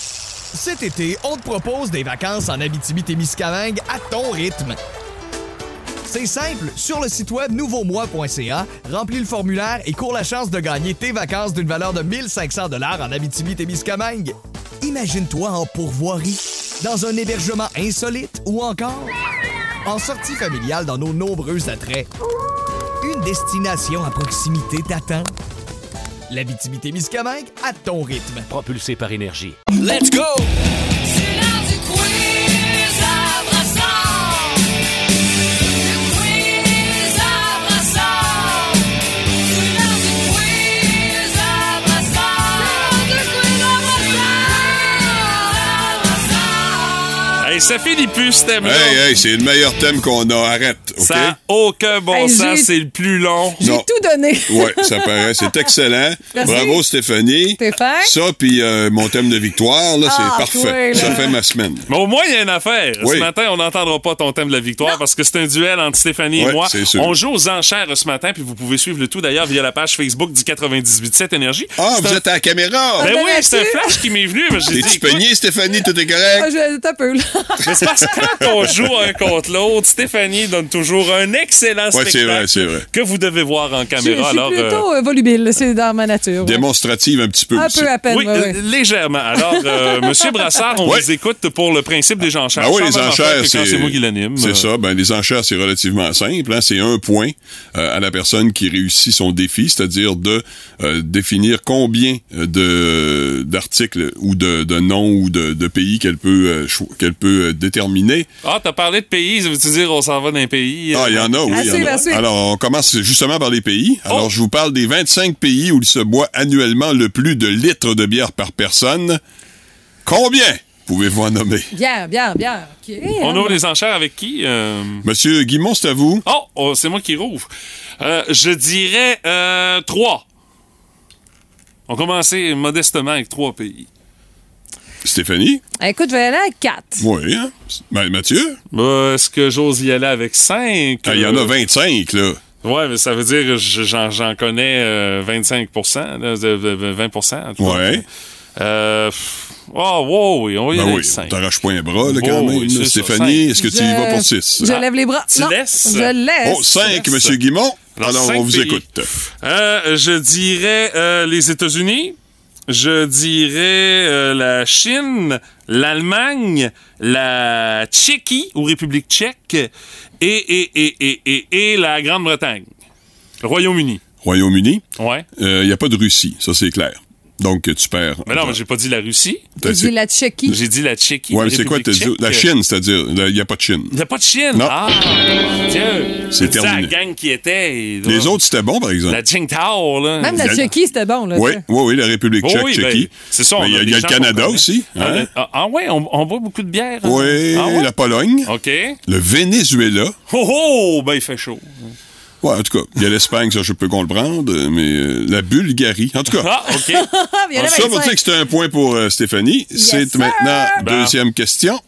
Cet été, on te propose des vacances en Abitibi-Témiscamingue à ton rythme. C'est simple, sur le site web nouveaumois.ca, remplis le formulaire et cours la chance de gagner tes vacances d'une valeur de 1 500 $ en Abitibi-Témiscamingue. Imagine-toi en pourvoirie, dans un hébergement insolite ou encore en sortie familiale dans nos nombreux attraits. Une destination à proximité t'attend. L'Abitibi-Témiscamingue à ton rythme. Propulsé par Énergie. Let's go! C'est l'heure du quiz à Brassard. Le quiz à Brassard. C'est l'heure du quiz à Brassard. C'est l'heure du quiz à Brassard. Hey, ça finit plus ce thème-là. Hey, c'est le meilleur thème qu'on a. Arrête, OK? Ça n'a aucun bon sens, c'est le plus long. J'ai tout donné. Oui, ça paraît. C'est excellent. Merci. Bravo, Stéphanie. Stéphane. Ça, puis mon thème de victoire, là, c'est parfait. Ça fait ma semaine. Mais au moins, il y a une affaire. Oui. Ce matin, on n'entendra pas ton thème de la victoire parce que c'est un duel entre Stéphanie et moi. C'est sûr. On joue aux enchères ce matin, puis vous pouvez suivre le tout d'ailleurs via la page Facebook du 98.7 Énergie. Ah, vous êtes à la caméra. Ben oui, c'est un flash qui m'est venu. T'es-tu peigné, Stéphanie? Tout est correct? T'as peu, là. Mais c'est parce que quand on joue un contre l'autre, Stéphanie donne toujours un excellent spectacle c'est vrai. que vous devez voir en caméra. Je suis plutôt volubile, c'est dans ma nature. Ouais. Démonstrative un petit peu. Un aussi. peu à peine, Oui, légèrement. Alors, Monsieur Brassard, on vous écoute pour le principe des enchères. Ben oui, les enchères, c'est moi qui l'anime. C'est ça. Ben, les enchères, c'est relativement simple. Hein. C'est 1 point à la personne qui réussit son défi, c'est-à-dire de définir combien d'articles ou de noms ou de pays qu'elle peut déterminer. Ah, t'as parlé de pays, ça veut-tu dire on s'en va d'un pays? Ah, il y en a, oui. Il y en a. Alors, on commence justement par les pays. Alors, je vous parle des 25 pays où il se boit annuellement le plus de litres de bière par personne. Combien pouvez-vous en nommer? Bière. Okay, on ouvre les enchères avec qui? Monsieur Guimond, c'est à vous. Oh, c'est moi qui rouvre. Je dirais 3. On commençait modestement avec 3 pays. Stéphanie? Écoute, je vais aller avec 4. Oui, hein? Ben, Mathieu? Est-ce que j'ose y aller avec 5? Il y en a 25, là. Ouais, mais ça veut dire que j'en connais 25%, là, 20%. En tout cas. Oui, on va y aller avec 5. T'arraches pas un bras, là, quand même. Là. Stéphanie, est-ce que tu y vas pour 6? Je lève les bras. Tu laisses? Je laisse. 5, Monsieur Guimond. Alors, on vous écoute. Je dirais les États-Unis. Je dirais la Chine, l'Allemagne, la Tchéquie ou République tchèque et la Grande-Bretagne. Le Royaume-Uni. Royaume-Uni? Ouais. Il n'y a pas de Russie, ça c'est clair. Donc, tu perds. Mais non, mais j'ai pas dit la Russie. J'ai dit la Tchéquie. J'ai dit la Tchéquie. Ouais, mais c'est quoi? La Chine, c'est-à-dire, il n'y a pas de Chine. Il n'y a pas de Chine? Non. Ah, Dieu. C'est terminé. la gang qui était. Les autres, c'était bon, par exemple. La Tsingtao, là. Même la Tchéquie, c'était bon, là. Oui, la République tchèque, Tchéquie. C'est ça. Il y a le Canada aussi. Hein? Oui, on boit beaucoup de bière. Hein? Oui, la Pologne. OK. Le Venezuela. Il fait chaud. Ouais, en tout cas, il y a l'Espagne, ça je peux comprendre, mais la Bulgarie, en tout cas. Ah, OK. Ça veut dire que c'était un point pour Stéphanie. Yes, c'est sir. maintenant deuxième question.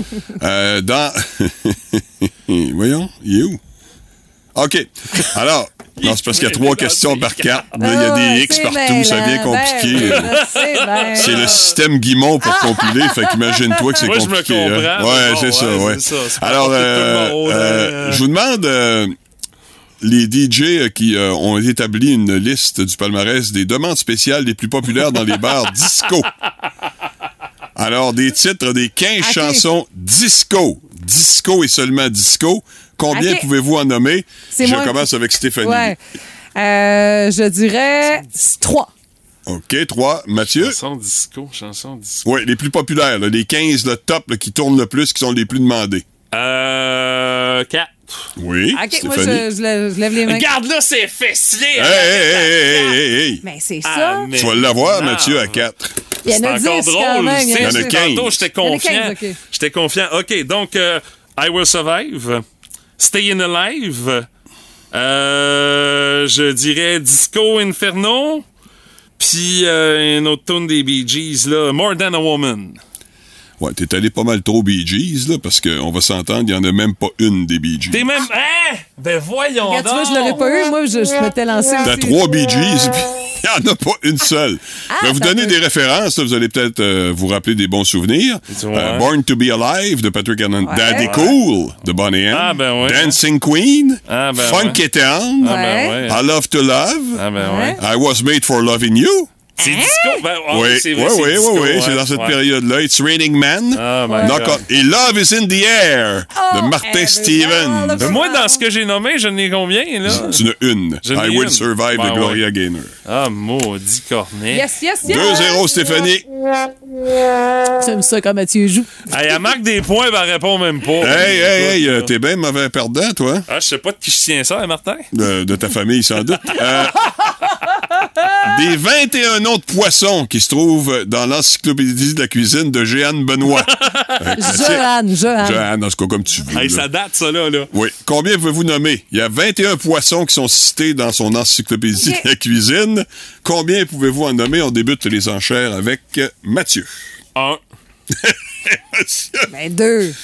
Voyons, il est où? OK. Alors, non, c'est parce qu'il y a 3 questions par carte. Là, il y a des X partout, ça devient compliqué. C'est le système Guimond pour compiler, fait qu'imagine-toi que c'est compliqué. Moi, je me comprends. Ouais, c'est ça, ouais. Alors, je vous demande... les DJ qui ont établi une liste du palmarès des demandes spéciales les plus populaires dans les bars disco. Alors, des titres des 15 chansons disco. Disco et seulement disco. Combien pouvez-vous en nommer? Je commence avec Stéphanie. Ouais. Je dirais 3. OK, 3. Mathieu? Chanson disco. Oui, les plus populaires. Là, les 15 le top là, qui tournent le plus, qui sont les plus demandés. 4. Oui, OK, Stéphanie. moi, je lève les mains. Regarde là, c'est fesselé. Hey. Mais c'est ça. Tu vas l'avoir, Mathieu, à 4. Il y en a 10 encore drôle. quand même. Il y en a 15. Tantôt, j'étais confiant. OK. J'étais confiant. OK, donc, I Will Survive, Stayin' Alive, je dirais Disco Inferno, puis une autre tune des Bee Gees, là, More Than a Woman. Ouais, t'es allé pas mal trop Bee Gees, là, parce qu'on va s'entendre, il n'y en a même pas une des Bee Gees. T'es même... Hein? Ben voyons Regarde, tu vois, donc. je l'aurais pas eu. Moi, je m'étais lancé aussi. T'as 3 Bee Gees, puis il n'y en a pas une seule. Je vais vous donner des références, là, vous allez peut-être vous rappeler des bons souvenirs. Born to be Alive, de Patrick Hernandez. Daddy Cool, de Bonnie M. Ah, ben ouais. Dancing Queen. Ah, ben Funky Town. Ah, ben ouais. I Love to Love. Ah, ben ouais. I Was Made for Loving You. C'est disco? Ben, Oui, c'est vrai, c'est disco, oui, c'est dans cette période-là. It's Raining Man. Oh my God. Et Love is in the Air, de Martin Stevens. Ben, moi, dans ce que j'ai nommé, je n'ai combien, là? Tu n'as une. J'en ai I Will une. Survive de Gloria Gaynor. Ah, maudit cornet. Yes. 2-0, Stéphanie. J'aime ça quand Mathieu joue. Hey, elle marque des points, elle répond même pas. Hey, t'es bien mauvais perdant, toi. Ah, je sais pas de qui je tiens ça, hein, Martin? De ta famille, sans doute. Des 21 noms de poissons qui se trouvent dans l'encyclopédie de la cuisine de Jeanne Benoît. Jeanne, dans ce cas, comme tu veux. Hey, ça date, ça, là. Oui. Combien pouvez-vous nommer? Il y a 21 poissons qui sont cités dans son encyclopédie de la cuisine. Combien pouvez-vous en nommer? On débute les enchères avec Mathieu. 1. Ben 2.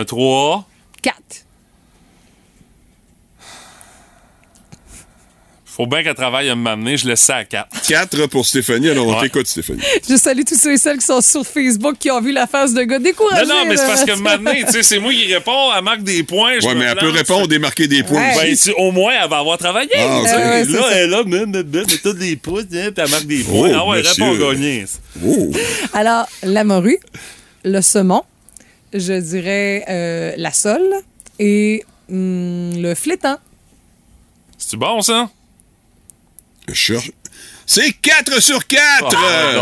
3. 4. Faut bien qu'elle travaille à m'amener. Je laisse ça à 4. 4 pour Stéphanie. Alors, on t'écoute, Stéphanie. Je salue tous ceux et celles qui sont sur Facebook qui ont vu la face de gars découragé. Non, mais c'est parce que là. maintenant, tu sais, c'est moi qui réponds, elle marque des points. Ouais, mais elle peut répondre et marquer des points. Ouais. Ben, au moins, elle va avoir travaillé. Ah, ok. Là, c'est ça. elle est là, mais t'as des pouces, hein, puis elle marque des points. Oh, Ah ouais, monsieur. réponds gagné. Oh. Alors, la morue, le saumon, je dirais la sole et le flétan. C'est bon, ça? Je cherche. C'est 4 sur 4!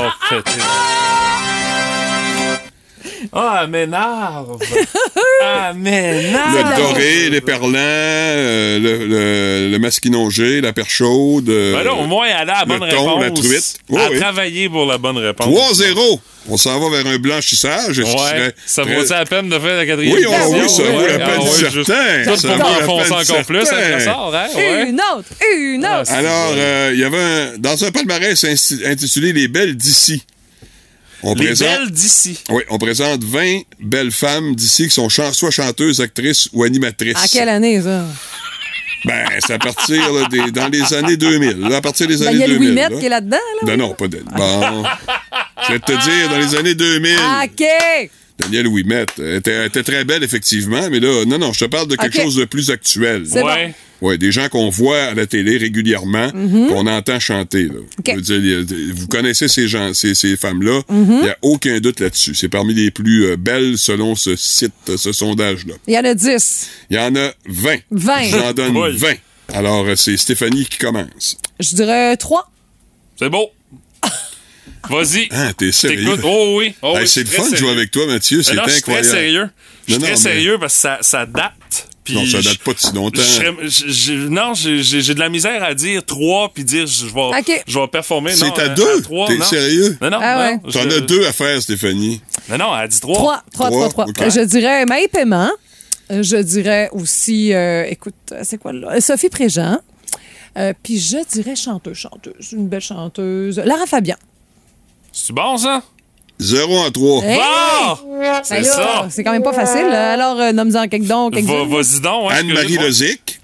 Ah, elle m'énerve! Elle m'énerve! Le doré, l'éperlant, le masquinongé, la perche chaude. Ben là, au moins, elle a la bonne le thon, réponse. la truite. Elle a Oui. travaillé pour la bonne réponse. 3-0. On s'en va vers un blanchissage. Ouais. Ça vaut la peine de faire la 4e Oui, question? oui, ça vaut la peine, juste- certain. Tout Ça pour vaut la m'enfoncer peine, encore plus, certain. ça sort, hein? Ouais. Une autre. Alors, il y avait dans un palmarès intitulé Les Belles d'ici. Les belles d'ici. Oui, on présente 20 belles femmes d'ici qui sont soit chanteuses, actrices ou animatrices. À quelle année, ça? Ben, c'est à partir là, dans les années 2000. Là, à partir des Ben, années il y a le 2000. Ouimet là. qui est là-dedans, là? Non, pas d'elle. Bon. Je vais te dire, dans les années 2000. OK! Danielle Ouimet était très belle, effectivement, mais là, non, je te parle de quelque chose de plus actuel. C'est Ouais. bon. Oui, des gens qu'on voit à la télé régulièrement, qu'on entend chanter. Là. Je veux dire, vous connaissez ces gens, ces femmes-là, il n'y a aucun doute là-dessus. C'est parmi les plus belles selon ce site, ce sondage-là. Il y en a 10. Il y en a 20. 20. J'en donne Oui. 20. Alors, c'est Stéphanie qui commence. Je dirais 3. C'est beau. Vas-y. Ah, t'es sérieux? T'écoutes. Oh oui. Oh, Hey, oui, c'est le fun de jouer avec toi, Mathieu. C'est non, incroyable. Je suis très sérieux. Je suis Non, très mais- sérieux parce que ça date. Puis Non, ça date pas de si longtemps. Non, j'ai de la misère à dire 3 puis dire je vais performer. C'est Non, à 2? 3, T'es non. sérieux? Non, Ah non. T'en as 2 à faire, Stéphanie. Non, elle a dit 3. 3. OK. Je dirais Maï Paiement. Je dirais aussi, écoute, c'est quoi là? Sophie Préjean. Puis je dirais chanteuse. Une belle chanteuse. Lara Fabian. C'est bon, ça? 0 en 3. Hey! Bon! C'est Ben là, ça. c'est quand même pas facile. Alors, nomme-en quelques dons. Vas-y donc. Hein, Anne-Marie Lozic.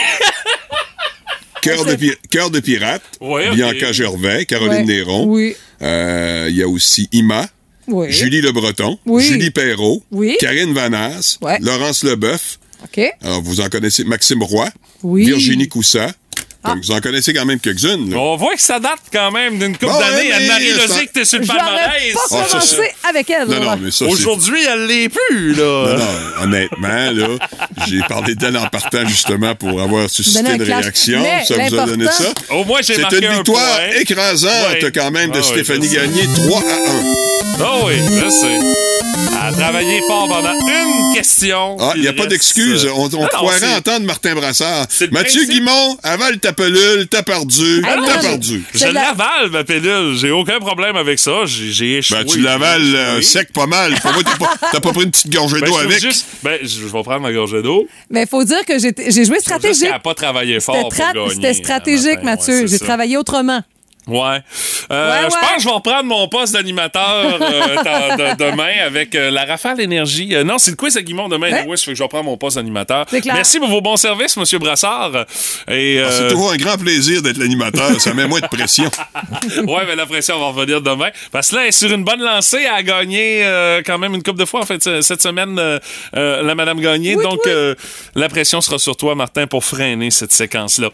Cœur de pirate. Ouais, ok. Bianca Gervais. Caroline Ouais. Néron. Oui. Il y a aussi Ima. Oui. Julie Le Breton. Oui. Julie Perrault. Oui. Karine Vanasse. Ouais. Laurence Leboeuf. OK. Alors, vous en connaissez Maxime Roy. Oui. Virginie Coussa. Donc, vous en connaissez quand même quelques-unes. là. On voit que ça date quand même d'une couple Bon, d'années. ouais, mais Anne-Marie ça- Lozic, t'es sur le J'aurais palmarès. pas Ah, ça, commencé avec elle. Non, non, mais ça, c'est... Aujourd'hui, elle l'est plus, là. Non, non, honnêtement, là, j'ai parlé d'elle en partant justement pour avoir suscité Donner un une clash. réaction. Mais Ça vous a donné ça. Au moins, j'ai C'est marqué une un victoire point. écrasante Ouais. quand même de Ah, ouais, Stéphanie je sais. Gagné, 3-1. Oh oui, je sais. Elle a travaillé fort pendant une question. Ah, il n'y a Il pas reste- d'excuse. On non, croirait c'est- entendre Martin Brassard. C'est le Mathieu principe. Guimont, avale ta pelule, t'as perdu, Ah, non, t'as mais- perdu. Je C'est de la- l'avale, ma pilule. J'ai aucun problème avec ça. J'ai échoué. Ben, tu l'avales J'ai échoué. sec pas mal. Pour moi, t'as pas pris une petite gorgée Ben, d'eau je trouve avec. juste- ben, je vais prendre ma gorgée d'eau. Mais il faut dire que j'ai joué Je trouve juste stratégique. qu'elle n'a pas travaillé fort pour gagner. C'était stratégique, un matin. Mathieu. Ouais, c'est J'ai ça. travaillé autrement. Ouais. Je ouais. pense que je vais reprendre mon poste d'animateur demain avec la rafale énergie. Non, c'est le quiz à Guimond demain. Ouais. Oui, ça fait que je reprends mon poste d'animateur. C'est clair. Merci pour vos bons services, M. Brassard. Et, C'est toujours un grand plaisir d'être l'animateur. Ça met moins de pression. ouais, mais la pression va revenir demain. Parce que là, elle est sur une bonne lancée. Elle a gagné quand même une couple de fois, en fait, cette semaine, la Madame Gagné. Oui, Donc, oui. la pression sera sur toi, Martin, pour freiner cette séquence-là.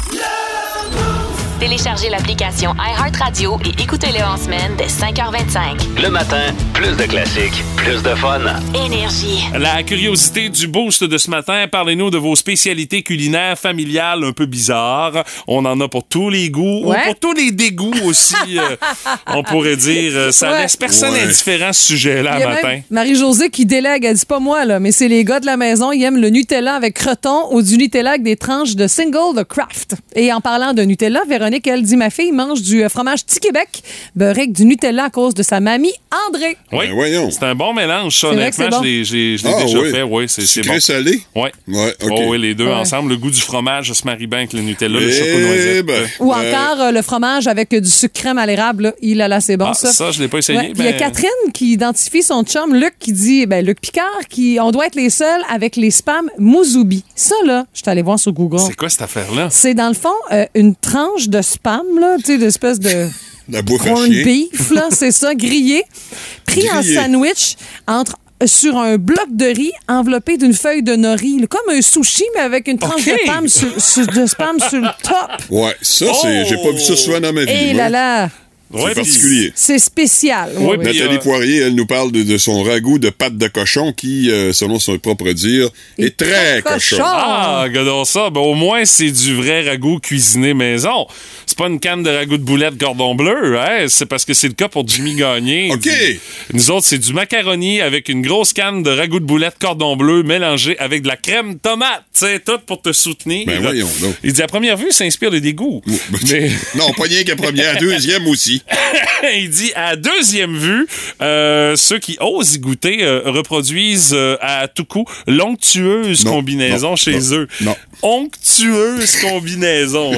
Téléchargez l'application iHeartRadio et écoutez-le en semaine dès 5h25. Le matin, plus de classiques, plus de fun. Énergie. La curiosité du boost de ce matin, parlez-nous de vos spécialités culinaires familiales un peu bizarres. On en a pour tous les goûts, Ouais. ou pour tous les dégoûts aussi, on pourrait dire. Ça Ouais. laisse personne Ouais. indifférent ce sujet-là Il y a matin. même Marie-Josée qui délègue, elle dit pas moi, là, mais c'est les gars de la maison, ils aiment le Nutella avec croton ou du Nutella avec des tranches de single de Kraft. Et en parlant de Nutella, Véronique Véronique, elle dit, ma fille mange du fromage Petit Québec, beurré avec du Nutella à cause de sa mamie André. Oui, voyons. C'est un bon mélange, ça. C'est vrai que Honnêtement, c'est bon. je l'ai déjà fait. Oui, c'est Sucré bon. salé? Oui. Ouais, OK. Oui, les deux ensemble. Le goût du fromage se marie bien avec le Nutella, le chocolat noisette. Ou encore le fromage avec du sucre crème à l'érable. Là. Il a là, c'est bon, ça. Ça, je l'ai pas essayé. Ouais. Puis il y a Catherine qui identifie son chum Luc qui dit, Luc Picard, on doit être les seuls avec les spams Mouzoubi. Ça, là, je suis allée voir sur Google. C'est quoi cette affaire-là? C'est dans le fond une tranche de spam, là, tu sais, d'espèce de la bouffe corn beef, là, c'est ça, grillé, pris en sandwich sur un bloc de riz enveloppé d'une feuille de nori, là, comme un sushi, mais avec une tranche de spam sur le top. Ouais, ça, j'ai pas vu ça souvent dans ma vie. Et là là! C'est particulier. C'est spécial. Oui, Nathalie Poirier, elle nous parle de son ragoût de pâte de cochon qui, selon son propre dire, est très cochon. Ah, regardons ça. Ben, au moins, c'est du vrai ragoût cuisiné maison. C'est pas une canne de ragoût de boulettes cordon bleu. Hein? C'est parce que c'est le cas pour Jimmy Gagné. OK. Nous autres, c'est du macaroni avec une grosse canne de ragoût de boulettes cordon bleu mélangée avec de la crème tomate. C'est tout pour te soutenir. Ben voyons donc. Il dit, à première vue, ça inspire le dégoût. Mais... Non, pas rien qu'à première, à deuxième aussi. Il dit, à deuxième vue, ceux qui osent y goûter reproduisent à tout coup l'onctueuse combinaison chez eux. Non. Onctueuse combinaison.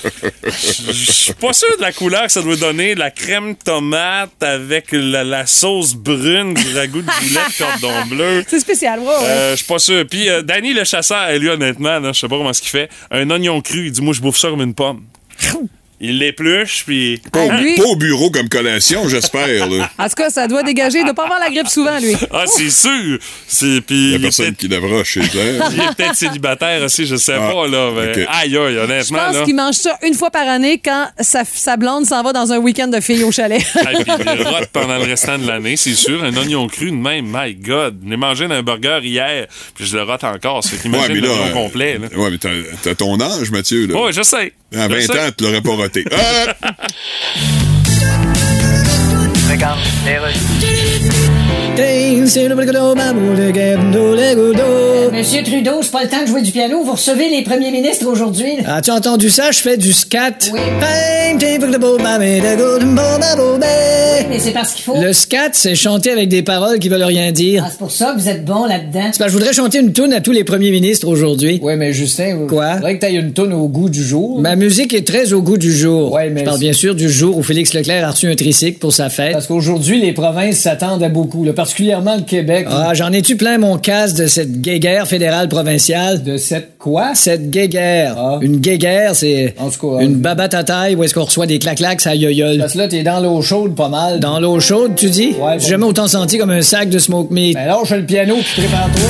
Je suis pas sûr de la couleur que ça doit donner. La crème tomate avec la sauce brune du ragoût de boulettes cordon bleu. C'est spécial, ouais. Je suis pas sûr. Puis Danny le chasseur, lui, honnêtement, je sais pas comment ce qu'il fait. Un oignon cru, il dit, moi, je bouffe ça comme une pomme. Il l'épluche, puis... Pas au bureau comme collation, j'espère. Là. En tout cas, ça doit dégager. Il doit pas avoir la grippe souvent, lui. Ah, c'est sûr. Il y a personne qui devra chez elle. Il est peut-être célibataire aussi, je sais pas, là. Mais... Okay. Aïe, honnêtement. Je pense qu'il mange ça une fois par année quand sa blonde s'en va dans un week-end de filles au chalet. Et puis il rote pendant le restant de l'année, c'est sûr. Un oignon cru de même, my God. Je l'ai mangé dans un burger hier, puis je le rote encore. Ça fait qu'imagine le nom complet. Là. Ouais, mais t'as ton âge, Mathieu. Là. Ouais, je sais. À 20 ans, tu l'aurais pas roté. Regarde, Monsieur Trudeau, c'est pas le temps de jouer du piano. Vous recevez les premiers ministres aujourd'hui. As-tu entendu ça? Je fais du scat. Oui. Mais c'est parce qu'il faut. Le scat, c'est chanter avec des paroles qui veulent rien dire. Ah, c'est pour ça que vous êtes bon là-dedans. C'est parce que je voudrais chanter une toune à tous les premiers ministres aujourd'hui. Oui, mais Justin, quoi? Il faudrait que t'ailles une toune au goût du jour. Ma musique est très au goût du jour. Ouais, mais je parle bien sûr du jour où Félix Leclerc a reçu un tricycle pour sa fête. Parce qu'aujourd'hui, les provinces s'attendent à beaucoup, là, particulièrement le Québec. Ah, j'en ai-tu plein mon casque de cette guéguerre fédérale provinciale? De cette quoi? Cette guéguerre. Ah. Une guéguerre, c'est en tout cas, une babate à taille où est-ce qu'on reçoit des clac-clacs à yoyol. Parce que là, t'es dans l'eau chaude pas mal. Dans l'eau chaude, tu dis? Ouais. J'ai jamais autant senti comme un sac de smoke meat. Ben alors, je fais le piano puis prépare-toi.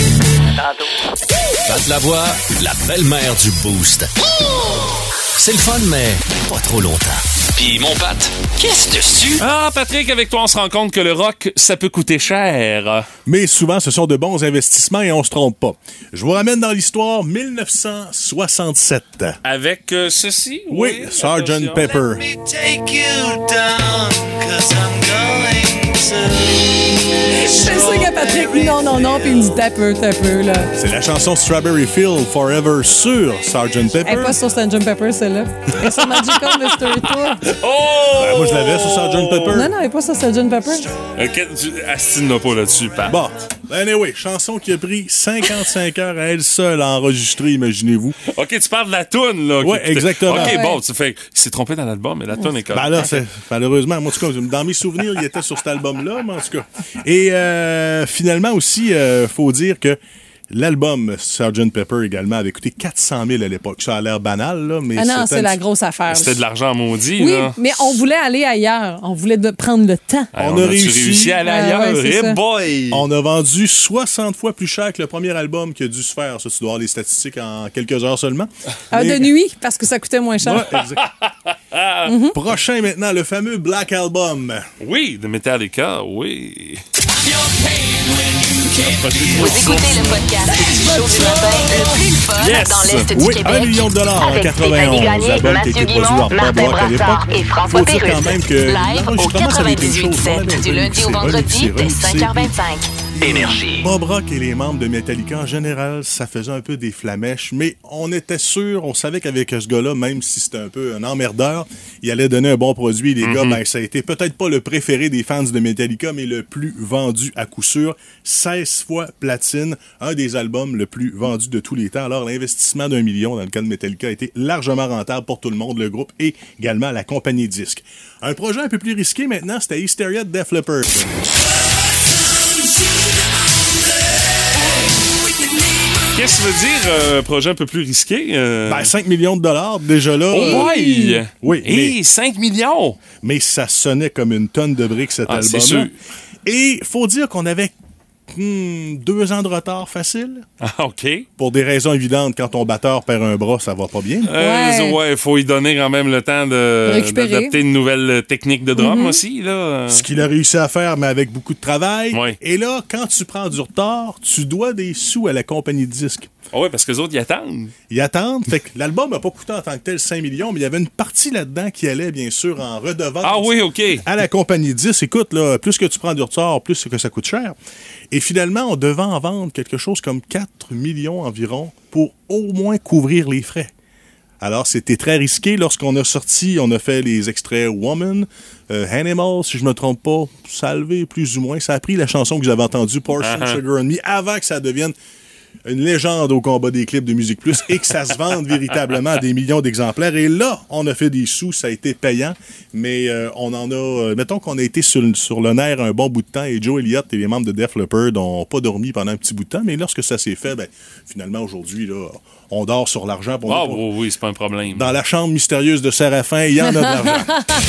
Pat Lavoie, la belle-mère du Boost. C'est le fun, mais pas trop longtemps. Puis mon Pat, qu'est-ce dessus? Ah, Patrick, avec toi, on se rend compte que le rock, ça peut coûter cher. Mais souvent, ce sont de bons investissements et on se trompe pas. Je vous ramène dans l'histoire 1967. Avec ceci? Oui, Sgt. Pepper. Je sais que Patrick dit non, puis il me dit t'as peu, là. C'est la chanson Strawberry Field Forever sur Sgt. Pepper. Elle n'est pas sur Sgt. Pepper, celle-là. Elle est sur Magical Mystery Tour. Oh! Ben, moi, je l'avais sur Sgt. Pepper. Non, elle n'est pas sur Sgt. Pepper. Astine-la pas là-dessus, Pat. Bon. Anyway, chanson qui a pris 55 heures à elle seule à enregistrer, imaginez-vous. OK, tu parles de la toune, là. Oui, exactement. OK, bon, tu fais... Il s'est trompé dans l'album, mais la toune est correcte. Ben là, malheureusement, moi, en tout cas, dans mes souvenirs, il était sur cet album-là, mais en tout cas. Et finalement aussi, faut dire que l'album Sgt. Pepper également avait coûté 400 000 à l'époque. Ça a l'air banal, là, mais c'est la grosse affaire. C'était de l'argent maudit, oui, là. Mais on voulait aller ailleurs. On voulait prendre le temps. On a réussi à aller ailleurs. Ouais, boy! On a vendu 60 fois plus cher que le premier album qui a dû se faire. Ça, tu dois avoir les statistiques en quelques heures seulement. De nuit, parce que ça coûtait moins cher. Ouais, exact. Prochain maintenant, le fameux Black Album. Oui, de Metallica, oui. Vous écoutez le podcast du show du matin le plus fun dans l'Est du Québec. $1 million en avec 91. Gagné, L'album qui a été produit en Martin Pop Rock à l'époque. Brassard et François Faut dire quand Pérusse. même que Live au l'enregistrement, ça avait été une chose. 98.7 du lundi au vendredi dès 5h25. Énergie. Bob Rock et les membres de Metallica, en général, ça faisait un peu des flamèches, mais on était sûr, on savait qu'avec ce gars-là, même si c'était un peu un emmerdeur, il allait donner un bon produit. Les gars, ben, ça a été peut-être pas le préféré des fans de Metallica, mais le plus vendu à coup sûr. 16 fois platine, un des albums le plus vendu de tous les temps. Alors, l'investissement d'1 million dans le cas de Metallica a été largement rentable pour tout le monde, le groupe et également la compagnie disque. Un projet un peu plus risqué maintenant, c'était Hysteria de Def Leppard. Qu'est-ce que ça veut dire, projet un peu plus risqué? Ben, 5 millions de dollars, déjà là. Oh oui! Oui. Et 5 millions! Mais ça sonnait comme une tonne de briques, cet album-là. C'est sûr. Et faut dire qu'on avait 2 ans de retard facile. Ah, OK. Pour des raisons évidentes, quand ton batteur perd un bras, ça va pas bien. Ouais, faut y donner quand même le temps d'adapter une nouvelle technique de drum aussi. Là. Ce qu'il a réussi à faire, mais avec beaucoup de travail. Ouais. Et là, quand tu prends du retard, tu dois des sous à la compagnie de disques. Ah oui, parce que les autres, ils attendent. Ils attendent. Fait que l'album n'a pas coûté en tant que tel 5 millions, mais il y avait une partie là-dedans qui allait, bien sûr, en redevance. Ah oui, OK. À la compagnie 10. Écoute, là, plus que tu prends du retard, plus que ça coûte cher. Et finalement, on devait en vendre quelque chose comme 4 millions environ pour au moins couvrir les frais. Alors, c'était très risqué. Lorsqu'on a sorti, on a fait les extraits Woman, Animal, si je me trompe pas, Salvé, plus ou moins. Ça a pris la chanson que j'avais entendue, Portion Sugar and Me, avant que ça devienne une légende au combat des clips de Musique Plus et que ça se vende véritablement à des millions d'exemplaires. Et là, on a fait des sous, ça a été payant, mais on en a... mettons qu'on a été sur le nerf un bon bout de temps et Joe Elliott et les membres de Def Leppard n'ont pas dormi pendant un petit bout de temps, mais lorsque ça s'est fait, ben, finalement, aujourd'hui, là, on dort sur l'argent. Oui, c'est pas un problème. Dans la chambre mystérieuse de Séraphin, il y en a de l'argent.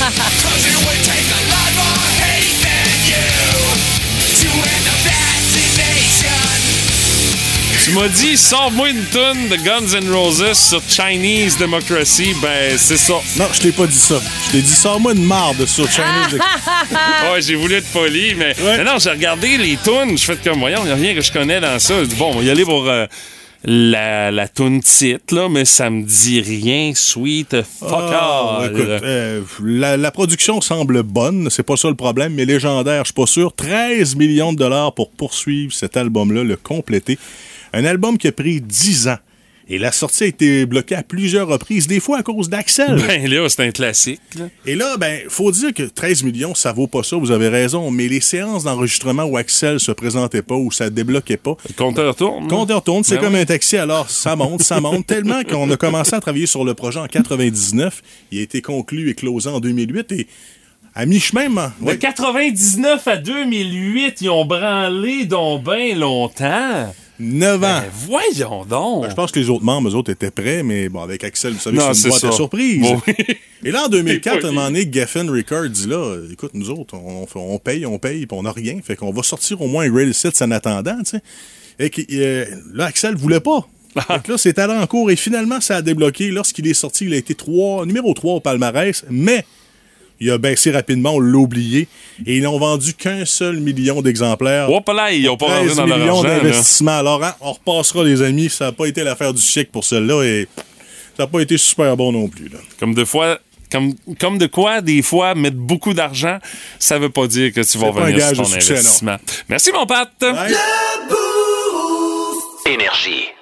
Tu m'as dit, sors-moi une toune de Guns N' Roses sur Chinese Democracy. Ben, c'est ça. Non, je t'ai pas dit ça. Je t'ai dit, sors-moi une marde sur Chinese Democracy. Ouais, j'ai voulu être poli, mais non, j'ai regardé les tounes. Je fais comme, voyons, il n'y a rien que je connais dans ça. Je dis, bon, on va y aller pour la toune titre, là, mais ça me dit rien. Sweet fuck all. Écoute, la production semble bonne, c'est pas ça le problème, mais légendaire, je suis pas sûr. 13 millions de dollars pour poursuivre cet album-là, le compléter. Un album qui a pris 10 ans. Et la sortie a été bloquée à plusieurs reprises, des fois à cause d'Axel. Ben là, c'est un classique. Là. Et là, ben, faut dire que 13 millions, ça vaut pas ça, vous avez raison, mais les séances d'enregistrement où Axel se présentait pas, où ça débloquait pas. Le compteur tourne. Le compteur tourne, c'est comme un taxi, alors ça monte, tellement qu'on a commencé à travailler sur le projet en 99. Il a été conclu et closé en 2008 et à mi-chemin, de 99 à 2008, ils ont branlé donc bien longtemps. 9 ans. Ben, voyons donc. Ben, je pense que les autres membres, eux autres, étaient prêts, mais bon, avec Axel, vous savez, c'est une boîte à surprise. Bon. Et là, en 2004, à un moment donné, Geffen Records dit là, écoute, nous autres, on paye, puis on n'a rien. Fait qu'on va sortir au moins un Greatest Hits en attendant, tu sais. Et là, Axel voulait pas. Donc là, c'est allé en cours et finalement, ça a débloqué. Lorsqu'il est sorti, il a été numéro 3 au palmarès, mais il a baissé rapidement, on l'a oublié. Et ils n'ont vendu qu'un seul million d'exemplaires. Hop là, ils n'ont pas vendu dans leur millions argent, d'investissement. Alors, hein, on repassera, les amis. Ça n'a pas été l'affaire du siècle pour celle-là et ça n'a pas été super bon non plus. Là. Comme de quoi, des fois, mettre beaucoup d'argent, ça veut pas dire que tu vas revenir sur ton investissement. Merci, mon Pat. Énergie.